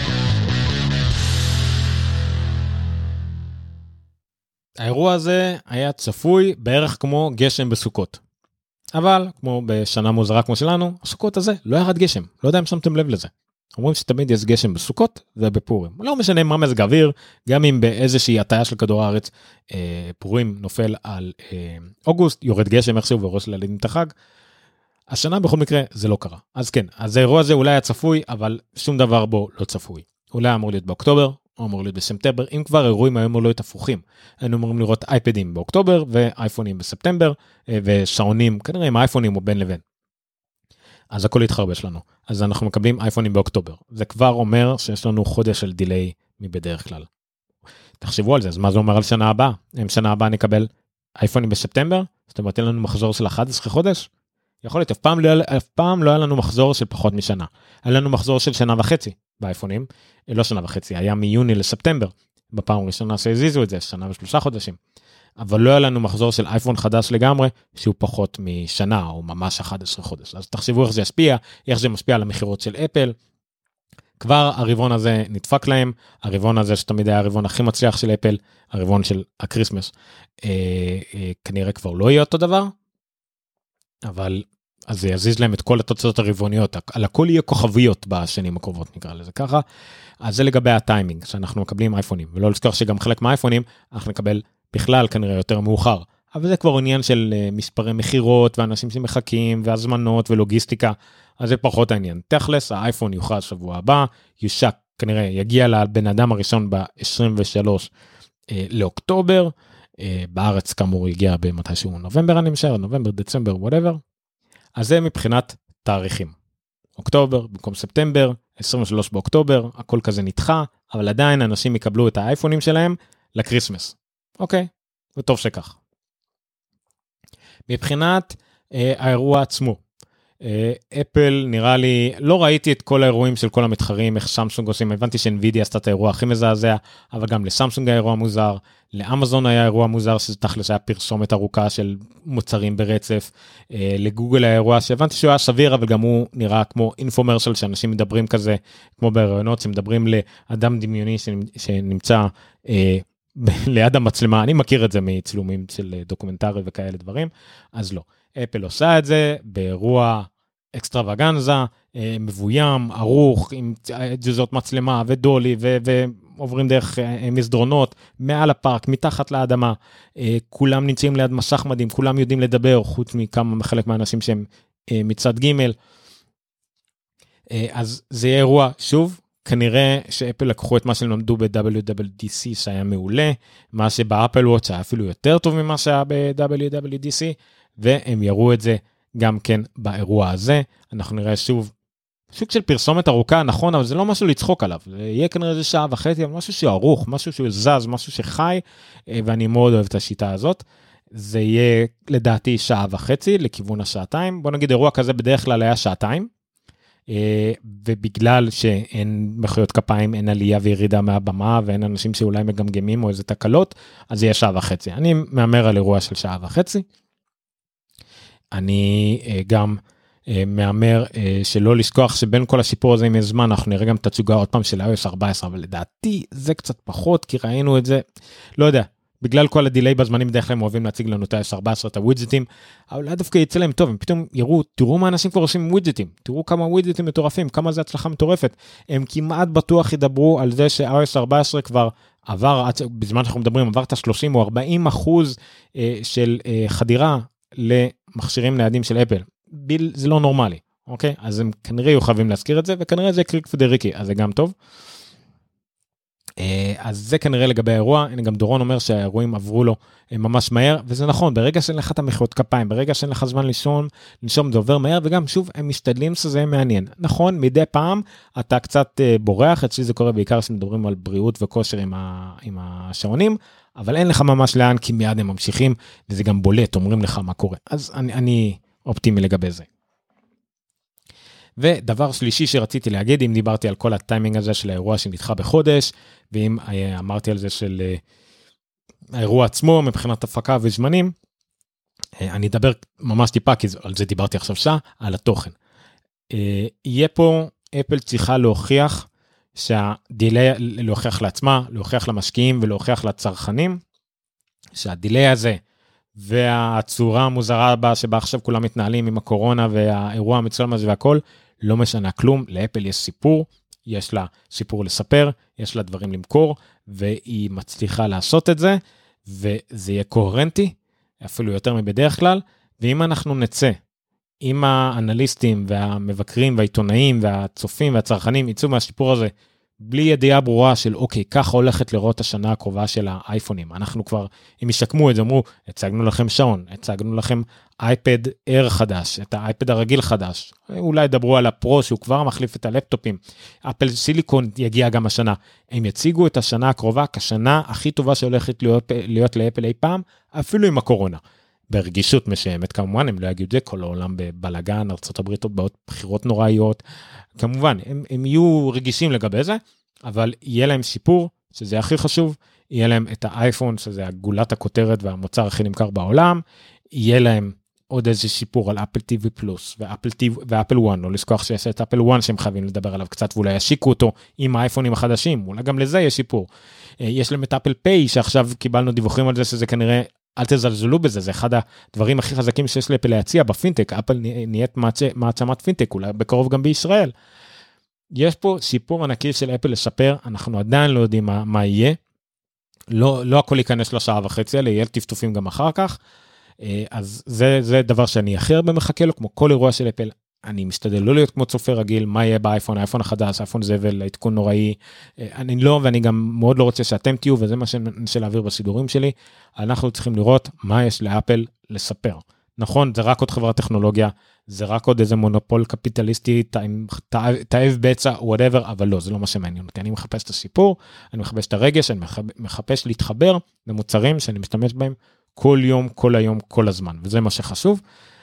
האירוע הזה היה צפוי בערך כמו גשם בסוכות. אבל, כמו בשנה מוזרה כמו שלנו, הסוכות הזה לא ירד גשם. לא יודע אם שמתם לב לזה. אומרים שתמיד יש גשם בסוכות ובפורים. לא משנה מה מזג האוויר, גם אם באיזושהי הטיה של כדור הארץ, פורים נופל על אוגוסט, יורד גשם איכשהו וראש לילדים את החג. השנה בכל מקרה זה לא קרה. אז כן, אז האירוע הזה אולי היה צפוי, אבל שום דבר בו לא צפוי. אולי אמור להיות באוקטובר, או אמור להיות בספטמבר, אם כבר אירועים היום לא להיות הפוכים. היינו אמורים לראות אייפדים באוקטובר, ואייפונים בספטמבר, ושעונים, כנראה עם אייפונים או בין לבין. אז הכל יתחרבש לנו. אז אנחנו מקבלים אייפונים באוקטובר. זה כבר אומר שיש לנו חודש של דיליי מבדרך כלל. תחשבו על זה, אז מה זה אומר על שנה הבאה? אם שנה הבאה נקבל אייפונים בספטמבר, זאת אומרת, אין לנו מחזור של 11 חודש? יכול להיות, אף פעם לא היה לנו מחזור של פחות משנה. היה לנו מחזור של שנה וחצי באייפונים, לא שנה וחצי, היה מיוני לספטמבר, בפעם הראשונה שהזיזו את זה, שנה ו3 חודשים. אבל לא היה לנו מחזור של אייפון חדש לגמרי, שהוא פחות משנה, או ממש 11 חודש. אז תחשבו איך זה ישפיע, איך זה משפיע על המחירות של אפל. כבר הרבעון הזה נדפק להם, הרבעון הזה שתמיד היה הרבעון הכי מצליח של אפל, הרבעון של הקריסמס, כנראה כבר לא יהיה אותו דבר, אבל אז זה יזיז להם את כל התוצאות הרבעוניות, על הכל יהיה כוכביות בשנים הקרובות, נקרא לזה ככה. אז זה לגבי הטיימינג, שאנחנו מקבלים אייפונים, ולא לזכור שגם חלק מהאייפונים, אנחנו נקבל בכלל כנראה יותר מאוחר, אבל זה כבר עניין של מספרי מחירות, ואנשים שמחכים, והזמנות ולוגיסטיקה, אז זה פחות העניין. תכלס, האייפון יוכרז שבוע הבא, יושק, כנראה יגיע לבן אדם הראשון ב-23 לאוקטובר, בארץ כאמור יגיע במתישהו נובמבר, אני משער, נובמבר, דצמבר, whatever. אז זה מבחינת תאריכים. אוקטובר במקום ספטמבר, 23 באוקטובר, הכל כזה נדחה, אבל עדיין אנשים יקבלו את האייפונים שלהם לקריסמס. אוקיי, וטוב שכך. מבחינת האירוע עצמו, אפל נראה לי, לא ראיתי את כל האירועים של כל המתחרים, איך סמסונג עושים, הבנתי שאנווידיה עשתה את האירוע הכי מזעזע, אבל גם לסמסונג היה אירוע מוזר, לאמזון היה אירוע מוזר, שזה תכלס היה פרסומת ארוכה של מוצרים ברצף, לגוגל היה אירוע שהבנתי שהוא היה סביר, אבל גם הוא נראה כמו אינפומרשל, שאנשים מדברים כזה, כמו בהיריונות, שמדברים לאדם דמיוני שנמצא ליד המצלמה, אני מכיר את זה מצלומים של דוקומנטרי וכאלה דברים, אז לא. אפל עושה את זה באירוע אקסטרווגנזה, מבוים, ערוך, עם ג'וזות מצלמה ודולי, ועוברים דרך מסדרונות, מעל הפארק, מתחת לאדמה, כולם נמצאים ליד מסך מדהים, כולם יודעים לדבר, חוץ מכמה חלק מהאנשים שהם מצד ג' אז זה יהיה אירוע, שוב, כנראה שאפל לקחו את מה שהם למדו ב-WWDC שהיה מעולה, מה שבאפל וואץ' היה אפילו יותר טוב ממה שהיה ב-WWDC, והם יראו את זה גם כן באירוע הזה. אנחנו נראה שוב, סוג של פרסומת ארוכה, נכון, אבל זה לא משהו לצחוק עליו, זה יהיה כנראה איזה שעה וחצי, אבל משהו שערוך, משהו שזז, משהו שחי, ואני מאוד אוהב את השיטה הזאת. זה יהיה לדעתי שעה וחצי לכיוון השעתיים, בוא נגיד אירוע כזה בדרך כלל היה שעתיים, ובגלל שאין מחיאות כפיים, אין עלייה וירידה מהבמה, ואין אנשים שאולי מגמגמים או איזה תקלות, אז יהיה שעה וחצי. אני מאמר על אירוע של שעה וחצי. אני גם מאמר שלא לשכוח שבין כל השיפור הזה עם הזמן, אנחנו נראה גם את התצוגה עוד פעם של iOS 14, אבל לדעתי זה קצת פחות, כי ראינו את זה, לא יודע, בגלל כל הדיליי בזמנים, בדרך כלל הם אוהבים להציג לנו את iOS 14, את הווידג'טים, אבל דווקא יצא להם טוב, הם פתאום יראו, תראו מה אנשים כבר עושים עם ווידג'טים, תראו כמה ווידג'טים מטורפים, כמה זה הצלחה מטורפת, הם כמעט בטוח ידברו על זה ש-iOS 14 כבר עבר, בזמן שאנחנו מדברים, עבר את ה-30 או 40% של חדירה למכשירים ניידים של אפל. זה לא נורמלי, אוקיי? אז הם כנראה יהיו חייבים להזכיר את זה, וכנראה זה קריק פדריקי, אז זה גם טוב. אז זה כנראה לגבי האירוע, הנה גם דורון אומר שהאירועים עברו לו ממש מהר, וזה נכון, ברגע שאין לך את המחיאות כפיים, ברגע שאין לך זמן לנשום זה עובר מהר, וגם שוב, הם משתדלים שזה יהיה מעניין. נכון, מדי פעם אתה קצת בורח, אצלי זה קורה בעיקר שמדברים על בריאות וכושר עם השעונים, אבל אין לך ממש לאן, כי מיד הם ממשיכים, וזה גם בולט, אומרים לך מה קורה. אז אני אופטימי לגבי זה. ודבר שלישי שרציתי להגיד, אם דיברתי על כל הטיימינג הזה של האירוע שנדחה בחודש, ואם אמרתי על זה של האירוע עצמו, מבחינת הפקה וזמנים, אני אדבר ממש טיפה, כי על זה דיברתי עכשיו שעה, על התוכן. יהיה פה, אפל צריכה להוכיח, שהדילי, להוכיח לעצמה, להוכיח למשקיעים ולהוכיח לצרכנים, שהדילי הזה, והצורה המוזרה הבאה שבה עכשיו כולם מתנהלים עם הקורונה והאירוע המצולם הזה והכל, לא משנה כלום, לאפל יש סיפור, יש לה סיפור לספר, יש לה דברים למכור, והיא מצליחה לעשות את זה, וזה יהיה קוהרנטי, אפילו יותר מבדרך כלל, ואם אנחנו נצא, אם האנליסטים והמבקרים והעיתונאים והצופים והצרכנים יצאו מהסיפור הזה, בלי ידיעה ברורה של אוקיי, ככה הולכת לראות השנה הקרובה של האייפונים. אנחנו כבר, אם ישקמו את זה, אמרו, הצגנו לכם שעון, הצגנו לכם אייפד אייר חדש, את האייפד הרגיל חדש. אולי ידברו על הפרו שהוא כבר מחליף את הלפטופים. אפל סיליקון יגיע גם השנה. הם יציגו את השנה הקרובה כשנה הכי טובה שהולכת להיות לאפל אי פעם, אפילו עם הקורונה. ברגישות משיימת, כמובן, הם לא יגידו את זה, כל העולם בבלגן, ארצות הברית בעוד בחירות נוראיות, כמובן, הם יהיו רגישים לגבי זה, אבל יהיה להם שיפור, שזה הכי חשוב, יהיה להם את האייפון, שזה הגולת הכותרת והמוצר הכי נמכר בעולם, יהיה להם עוד איזה שיפור על אפל TV פלוס, ואפל 1, לא לשכוח שיש את אפל 1 שהם חייבים לדבר עליו קצת, ואולי ישיקו אותו עם האייפונים החדשים, אולי גם לזה יש שיפור. יש להם את אפל פיי, שעכשיו קיבלנו דיווחים על זה, שזה כנראה אל תזלזלו בזה, זה אחד הדברים הכי חזקים שיש לאפל להציע בפינטק, אפל נהיית מעצמת פינטק, אולי בקרוב גם בישראל. יש פה סיפור ענקי של אפל לשפר, אנחנו עדיין לא יודעים מה יהיה, לא הכל ייכנס לשעה וחצי, יהיה טפטופים גם אחר כך, אז זה דבר שאני הכי הרבה מחכה לו, כמו כל אירוע של אפל, אני משתדל לא להיות כמו צופה רגיל, מה יהיה באייפון, האייפון החדש, האייפון זבל, העדכון נוראי, אני לא, ואני גם מאוד לא רוצה שאתם תהיו, וזה מה שננסה להעביר בשידורים שלי, אנחנו צריכים לראות מה יש לאפל לספר. נכון, זה רק עוד חברת טכנולוגיה, זה רק עוד איזה מונופול קפיטליסטי, תאב בצע, whatever, אבל לא, זה לא מה שמעניין אותי. אני מחפש את הסיפור, אני מחפש את הרגש, אני מחפש להתחבר למוצרים שאני משתמש בהם כל יום, כל היום, כל הזמן, וזה מה שחשוב,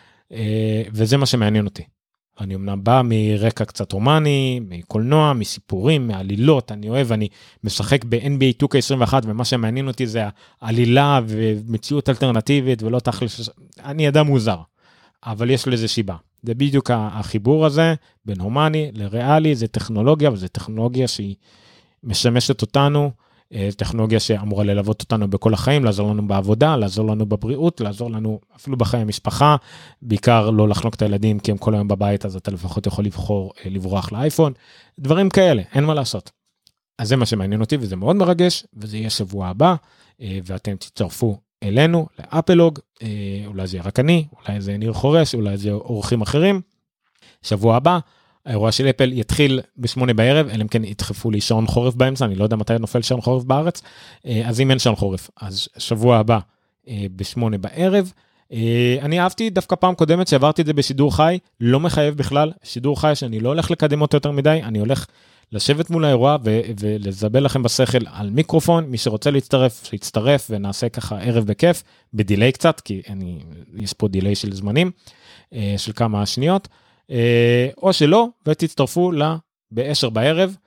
וזה מה שמעניין אותי. אני אמנם בא מרקע קצת הומני, מקולנוע, מסיפורים, מעלילות, אני אוהב, אני משחק ב-NBA 2K21, ומה שמעניין אותי זה העלילה ומציאות אלטרנטיבית, ולא תכלס, אני אדם מוזר, אבל יש לזה שיבה. זה בדיוק החיבור הזה, בין הומני לריאלי, זה טכנולוגיה, וזה טכנולוגיה שהיא משמשת אותנו, טכנולוגיה שאמורה ללוות אותנו בכל החיים, לעזור לנו בעבודה, לעזור לנו בבריאות, לעזור לנו אפילו בחיי המשפחה, בעיקר לא לחנוק את הילדים, כי הם כל היום בבית, אז אתה לפחות יכול לברוח לאייפון, דברים כאלה, אין מה לעשות. אז זה מה שמעניין אותי, וזה מאוד מרגש, וזה יהיה שבוע הבא, ואתם תצטרפו אלינו, לאפלוג, אולי זה יהיה רק אני, אולי זה ניר חורש, אולי זה אורחים אחרים, שבוע הבא, האירוע של אפל יתחיל ב8 בערב, אלא אם כן ידחפו לי שעון חורף באמצע, אני לא יודע מתי נופל שעון חורף בארץ, אז אם אין שעון חורף, אז שבוע הבא ב8 בערב, אני אהבתי דווקא פעם קודמת שעברתי את זה בשידור חי, לא מחייב בכלל, שידור חי שאני לא הולך לקדם אותו יותר מדי, אני הולך לשבת מול האירוע ולזבל לכם בשכל על מיקרופון, מי שרוצה להצטרף, שיצטרף ונעשה ככה ערב בכיף, בדילי קצת, כי יש פה דילי של זמנים, של כמה שניות, או שלא, ותצטרפו ב10 בערב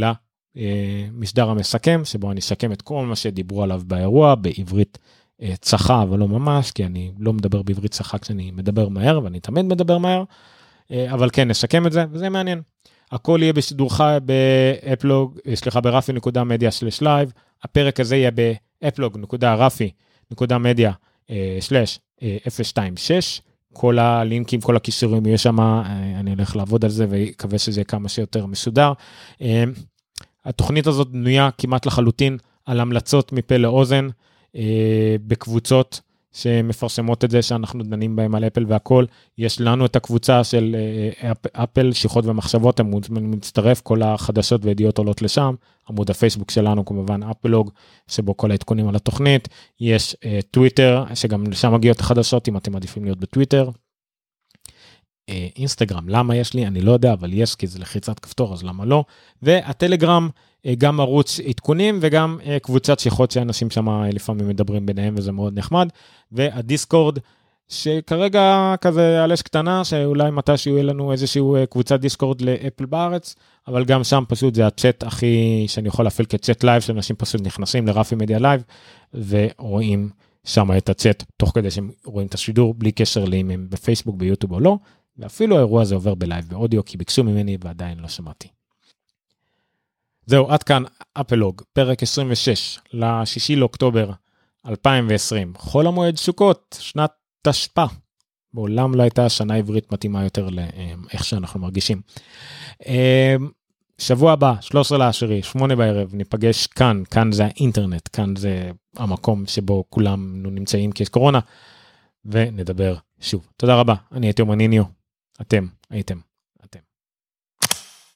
למשדר המסכם, שבו אני אסכם את כל מה שדיברו עליו באירוע, בעברית צחה, אבל לא ממש, כי אני לא מדבר בעברית צחה כשאני מדבר מהר, ואני תמיד מדבר מהר, אבל כן, נסכם את זה, וזה מעניין. הכל יהיה בשידור חי ברפי.media/live, הפרק הזה יהיה באפלוג.רפי.media/026, כל הלינקים, כל הקישורים יהיה שם, אני הולך לעבוד על זה, ויקווה שזה יהיה כמה שיותר מסודר. התוכנית הזאת בנויה כמעט לחלוטין על המלצות מפה לאוזן, בקבוצות שמפרסמות את זה, שאנחנו דנים בהם על אפל והכל. יש לנו את הקבוצה של אפל, שיחות ומחשבות, הם מצטרף, כל החדשות וידיעות עולות לשם, עמוד הפייסבוק שלנו כמובן אפלוג, שבו כל העדכונים על התוכנית, יש טוויטר, שגם לשם מגיעות החדשות, אם אתם מעדיפים להיות בטוויטר, אינסטגרם, למה יש לי? אני לא יודע, אבל יש, כי זה לחיצת כפתור, אז למה לא? והטלגרם, גם ערוץ עדכונים, וגם קבוצת שיחות שאנשים שם לפעמים מדברים ביניהם, וזה מאוד נחמד, והדיסקורד, שכרגע כזה על אש קטנה, שאולי מתי שיהיה לנו איזשהו קבוצת דיסקורד לאפל בארץ, אבל גם שם פשוט זה הצ'אט הכי, שאני יכול להפעיל כצ'אט לייב, שאנשים פשוט נכנסים לרפי מדיה לייב, ורואים שם את הצ'אט, תוך כדי שהם רואים את השידור, בלי קשר לאם הם בפייסבוק, ביוטיוב או לא, ואפילו האירוע הזה עובר בלייב באודיו, כי ביקשו ממני ועדיין לא שמעתי. זהו, עד כאן אפלוג, פרק 26, ל6 לאוקטובר 2020, חול המועד סוכות, שנת תשפ"א, בעולם לא הייתה שנה עברית מתאימה יותר לאיך שאנחנו מרגישים. שבוע הבא, 13/10, 8 בערב, ניפגש כאן זה האינטרנט, כאן זה המקום שבו כולם נמצאים כי יש קורונה, ונדבר שוב. תודה רבה, אני הייתי אומר ניניו, אתם הייתם